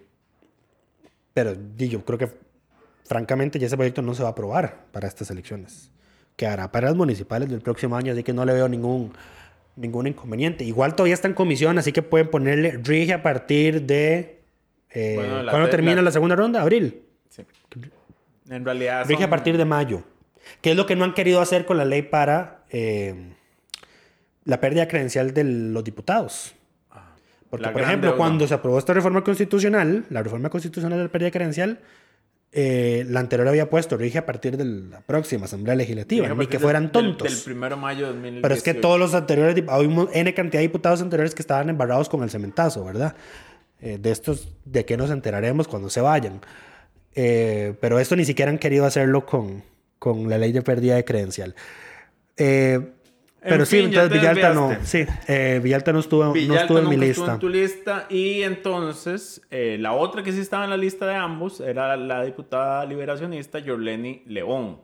yo creo que francamente ya ese proyecto no se va a aprobar para estas elecciones. Quedará para las municipales del próximo año, así que no le veo ningún inconveniente. Igual todavía está en comisión, así que pueden ponerle rige a partir de... ¿cuándo termina la segunda ronda? ¿Abril? Sí. En realidad rige a partir de mayo. Que es lo que no han querido hacer con la ley para la pérdida credencial de los diputados. Porque, por ejemplo, cuando se aprobó esta reforma constitucional, la reforma constitucional de la pérdida credencial, la anterior había puesto rige a partir de la próxima Asamblea Legislativa, ni que fueran tontos. Del 1 de mayo de 2018. Pero es que todos los anteriores, hay N cantidad de diputados anteriores que estaban embarrados con el cementazo, ¿verdad? De estos, ¿de qué nos enteraremos cuando se vayan? Pero esto ni siquiera han querido hacerlo con la ley de pérdida de credencial. Pero sí, fin, ya entonces te Villalta no. desviaste. Sí, Villalta no estuvo, Villalta no estuvo en mi nunca lista. estuvo en tu lista. Y entonces, la otra que sí estaba en la lista de ambos era la diputada liberacionista Yorleni León.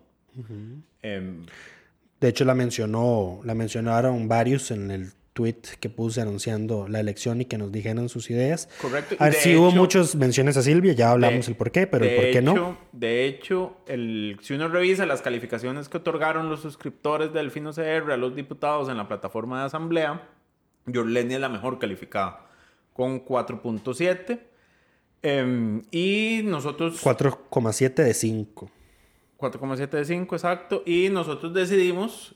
De hecho, la mencionaron varios en el tweet que puse anunciando la elección y que nos dijeran sus ideas. Correcto. A ver, De sí hubo hecho- muchas menciones a Silvia, ya hablamos el por qué, pero el por qué no. De hecho, si uno revisa las calificaciones que otorgaron los suscriptores del Delfino CR a los diputados en la plataforma de asamblea, Yorleni es la mejor calificada, con 4.7. Y nosotros... 4,7 de 5. 4,7 de 5, exacto. Y nosotros decidimos,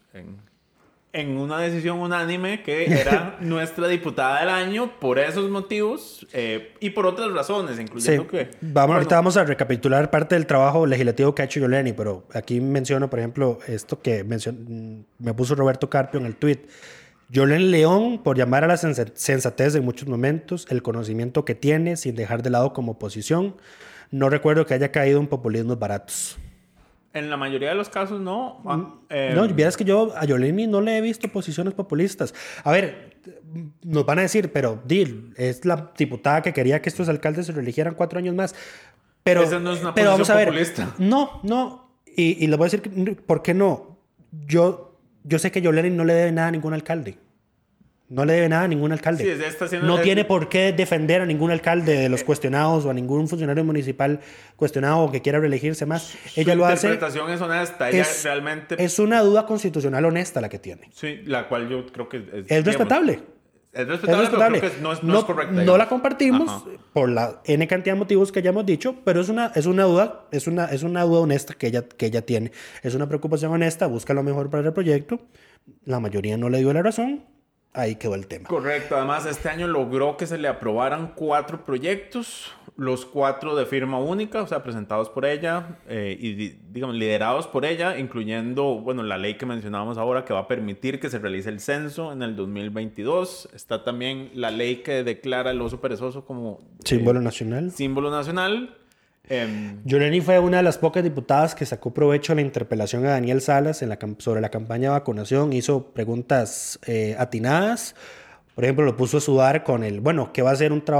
en una decisión unánime, que era nuestra diputada del año por esos motivos y por otras razones, Sí, incluyendo que... ahorita vamos a recapitular parte del trabajo legislativo que ha hecho Yorleni, pero aquí menciono, por ejemplo, esto que me puso Roberto Carpio en el tweet. Yorleni León, por llamar a la sensatez en muchos momentos, el conocimiento que tiene, sin dejar de lado como oposición, no recuerdo que haya caído en populismos baratos. En la mayoría de los casos no. No, vieras que yo a Yorleni no le he visto posiciones populistas. A ver, nos van a decir, pero es la diputada que quería que estos alcaldes se reeligieran 4 años más. Pero, Esa no es una pero vamos a ver, posición populista. No. Y les voy a decir, ¿por qué no? Yo sé que Yorleni no le debe nada a ningún alcalde. No le debe nada a ningún alcalde. Sí, está haciendo- No tiene por qué defender a ningún alcalde de los cuestionados o a ningún funcionario municipal cuestionado o que quiera reelegirse más. Ella lo hace. Su interpretación es honesta. Ella realmente... Es una duda constitucional honesta la que tiene. Sí, la cual yo creo que... Es respetable. Es respetable, pero creo que no es correcta. No digamos. la compartimos Ajá. por la N cantidad de motivos que ya hemos dicho, pero es una duda, es una duda honesta que ella tiene. Es una preocupación honesta, busca lo mejor para el proyecto. La mayoría no le dio la razón. Ahí quedó el tema. Correcto. Además, este año logró que se le aprobaran 4 proyectos, los 4 de firma única, o sea, presentados por ella digamos, liderados por ella, incluyendo, bueno, la ley que mencionábamos ahora que va a permitir que se realice el censo en el 2022. Está también la ley que declara el oso perezoso como Símbolo nacional. símbolo nacional. Yorleni fue una de las pocas diputadas que sacó provecho de la interpelación a Daniel Salas sobre la campaña de vacunación. Hizo preguntas atinadas. Por ejemplo, lo puso a sudar con ¿qué va a hacer una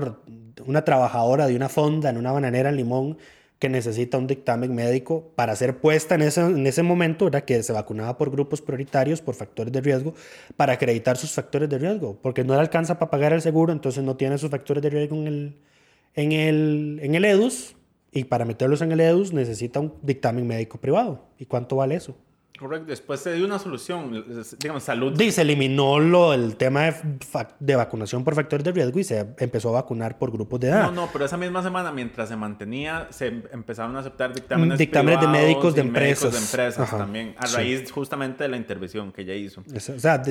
trabajadora de una fonda en una bananera en Limón que necesita un dictamen médico para ser puesta en ese momento, ¿verdad? Que se vacunaba por grupos prioritarios, por factores de riesgo, para acreditar sus factores de riesgo? Porque no le alcanza para pagar el seguro, entonces no tiene sus factores de riesgo en el EDUS, y para meterlos en el EDUS necesita un dictamen médico privado. ¿Y cuánto vale eso? Correcto. Después se dio una solución, digamos, salud. Se eliminó el tema de vacunación por factores de riesgo y se empezó a vacunar por grupos de edad. No, pero esa misma semana, mientras se mantenía, se empezaron a aceptar dictámenes de médicos de y empresas. médicos de empresas Ajá. también, a raíz justamente de la intervención que ella hizo. O sea,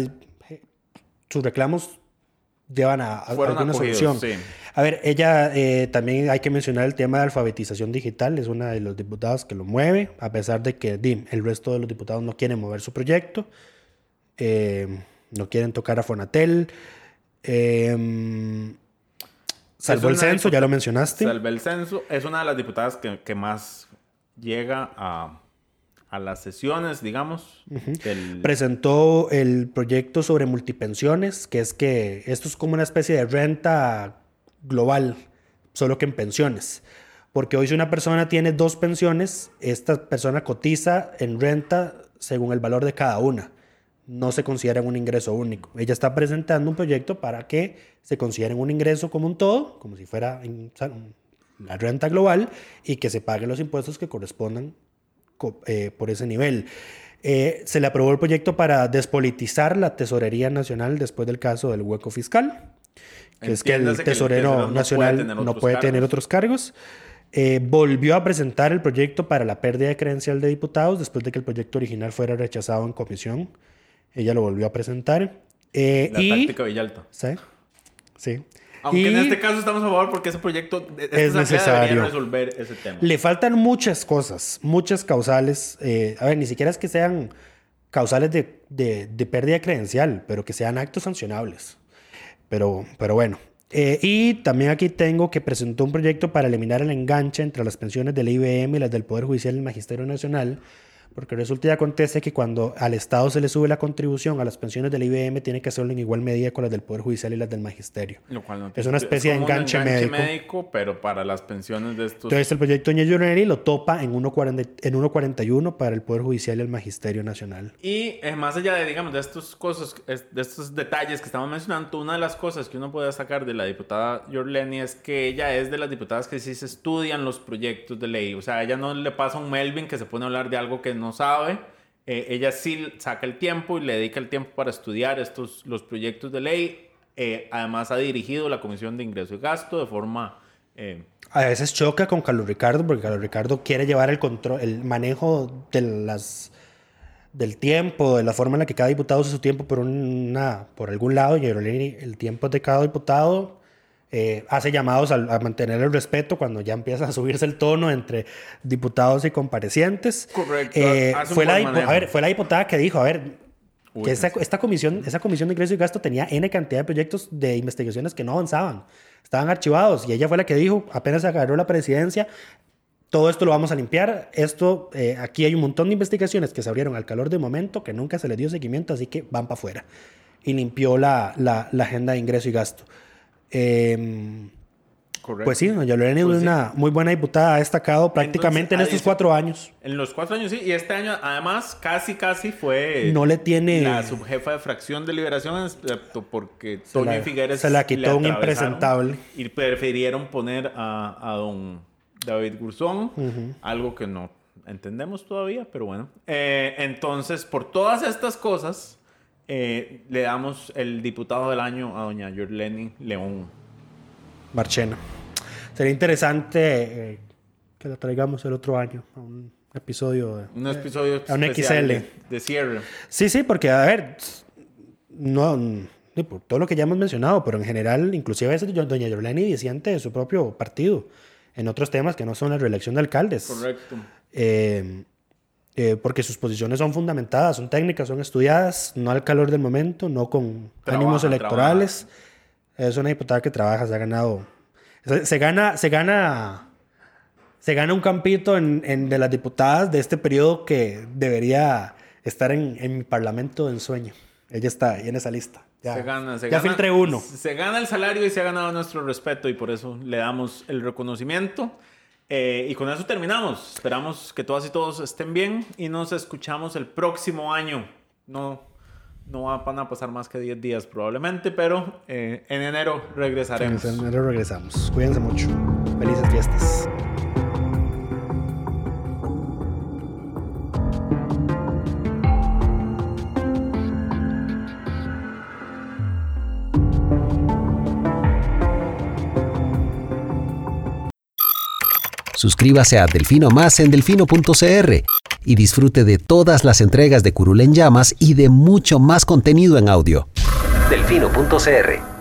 sus reclamos llevan a Fueron alguna acogidos, solución. sí. A ver, ella también hay que mencionar el tema de alfabetización digital. Es una de los diputados que lo mueve, a pesar de que el resto de los diputados no quieren mover su proyecto. No quieren tocar a Fonatel. Salvó el censo, ya lo mencionaste. Salvé el censo. Es una de las diputadas que más llega a las sesiones, digamos. Presentó el proyecto sobre multipensiones, que esto es como una especie de renta global, solo que en pensiones. Porque hoy si una persona tiene 2 pensiones, esta persona cotiza en renta según el valor de cada una. No se considera un ingreso único. Ella está presentando un proyecto para que se considere un ingreso como un todo, como si fuera la renta global, y que se paguen los impuestos que correspondan por ese nivel. Se le aprobó el proyecto para despolitizar la Tesorería Nacional después del caso del hueco fiscal, que es que el tesorero nacional no puede tener otros cargos. Volvió a presentar el proyecto para la pérdida de credencial de diputados después de que el proyecto original fuera rechazado en comisión. Ella lo volvió a presentar. La táctica Villalta. Sí. Aunque en este caso estamos a favor porque ese proyecto es necesario debería resolver ese tema. Le faltan muchas cosas, muchas causales. A ver, ni siquiera es que sean causales de pérdida credencial, pero que sean actos sancionables. Pero bueno. Y también aquí tengo que presentó un proyecto para eliminar el enganche entre las pensiones del IBM y las del Poder Judicial y el Magisterio Nacional, Porque resulta y acontece que cuando al Estado se le sube la contribución a las pensiones del IBM, tiene que hacerlo en igual medida con las del Poder Judicial y las del Magisterio. Lo cual no es una especie de enganche médico. Pero para las pensiones de estos... Entonces el proyecto de Giorletti lo topa en 1.41 para el Poder Judicial y el Magisterio Nacional. Y más allá de, digamos, de estas cosas, de estos detalles que estamos mencionando, una de las cosas que uno puede sacar de la diputada Giorletti es que ella es de las diputadas que sí se estudian los proyectos de ley. O sea, a ella no le pasa a un Melvin que se pone a hablar de algo que no sabe. Ella sí saca el tiempo y le dedica el tiempo para estudiar los proyectos de ley. Además ha dirigido la Comisión de Ingreso y Gasto de forma... A veces choca con Carlos Ricardo porque Carlos Ricardo quiere llevar el control, el manejo del tiempo, de la forma en la que cada diputado usa su tiempo por algún lado. Y el tiempo de cada diputado hace llamados a mantener el respeto cuando ya empieza a subirse el tono entre diputados y comparecientes. Correcto. Fue la diputada que dijo, que esa comisión de ingreso y gasto tenía N cantidad de proyectos de investigaciones que no avanzaban, estaban archivados, y ella fue la que dijo, apenas se agarró la presidencia, todo esto lo vamos a limpiar, aquí hay un montón de investigaciones que se abrieron al calor del momento, que nunca se les dio seguimiento, así que van para afuera, y limpió la agenda de ingreso y gasto. Correcto. Pues sí, doña Lorena es una muy buena diputada, ha destacado prácticamente en estos 4 años. En los 4 años, sí, y este año además casi fue no le tiene la subjefa de fracción de Liberación, excepto porque Toño y Figueres se la quitó un impresentable. Y prefirieron poner a don David Gurzón, algo que no entendemos todavía, pero bueno. Entonces, por todas estas cosas, le damos el diputado del año a doña Giorletti León Marchena. Sería interesante que la traigamos el otro año a un episodio. Un episodio a un XL. De cierre. Sí, porque, a ver, no, por todo lo que ya hemos mencionado, pero en general, inclusive a veces doña Giorletti disiente de su propio partido en otros temas que no son la reelección de alcaldes. Correcto. Porque sus posiciones son fundamentadas, son técnicas, son estudiadas, no al calor del momento, no con ánimos electorales. Es una diputada que trabaja, se ha ganado... Se gana un campito de las diputadas de este periodo que debería estar en mi parlamento de ensueño. Ella está ahí en esa lista. Ya filtré uno. Se gana el salario y se ha ganado nuestro respeto, y por eso le damos el reconocimiento. Y con eso terminamos. Esperamos que todas y todos estén bien y nos escuchamos el próximo año. No van a pasar más que 10 días probablemente, pero en enero regresaremos. En enero regresamos. Cuídense mucho. Felices fiestas. Suscríbase a Delfino Más en delfino.cr y disfrute de todas las entregas de Curul en Llamas y de mucho más contenido en audio. Delfino.cr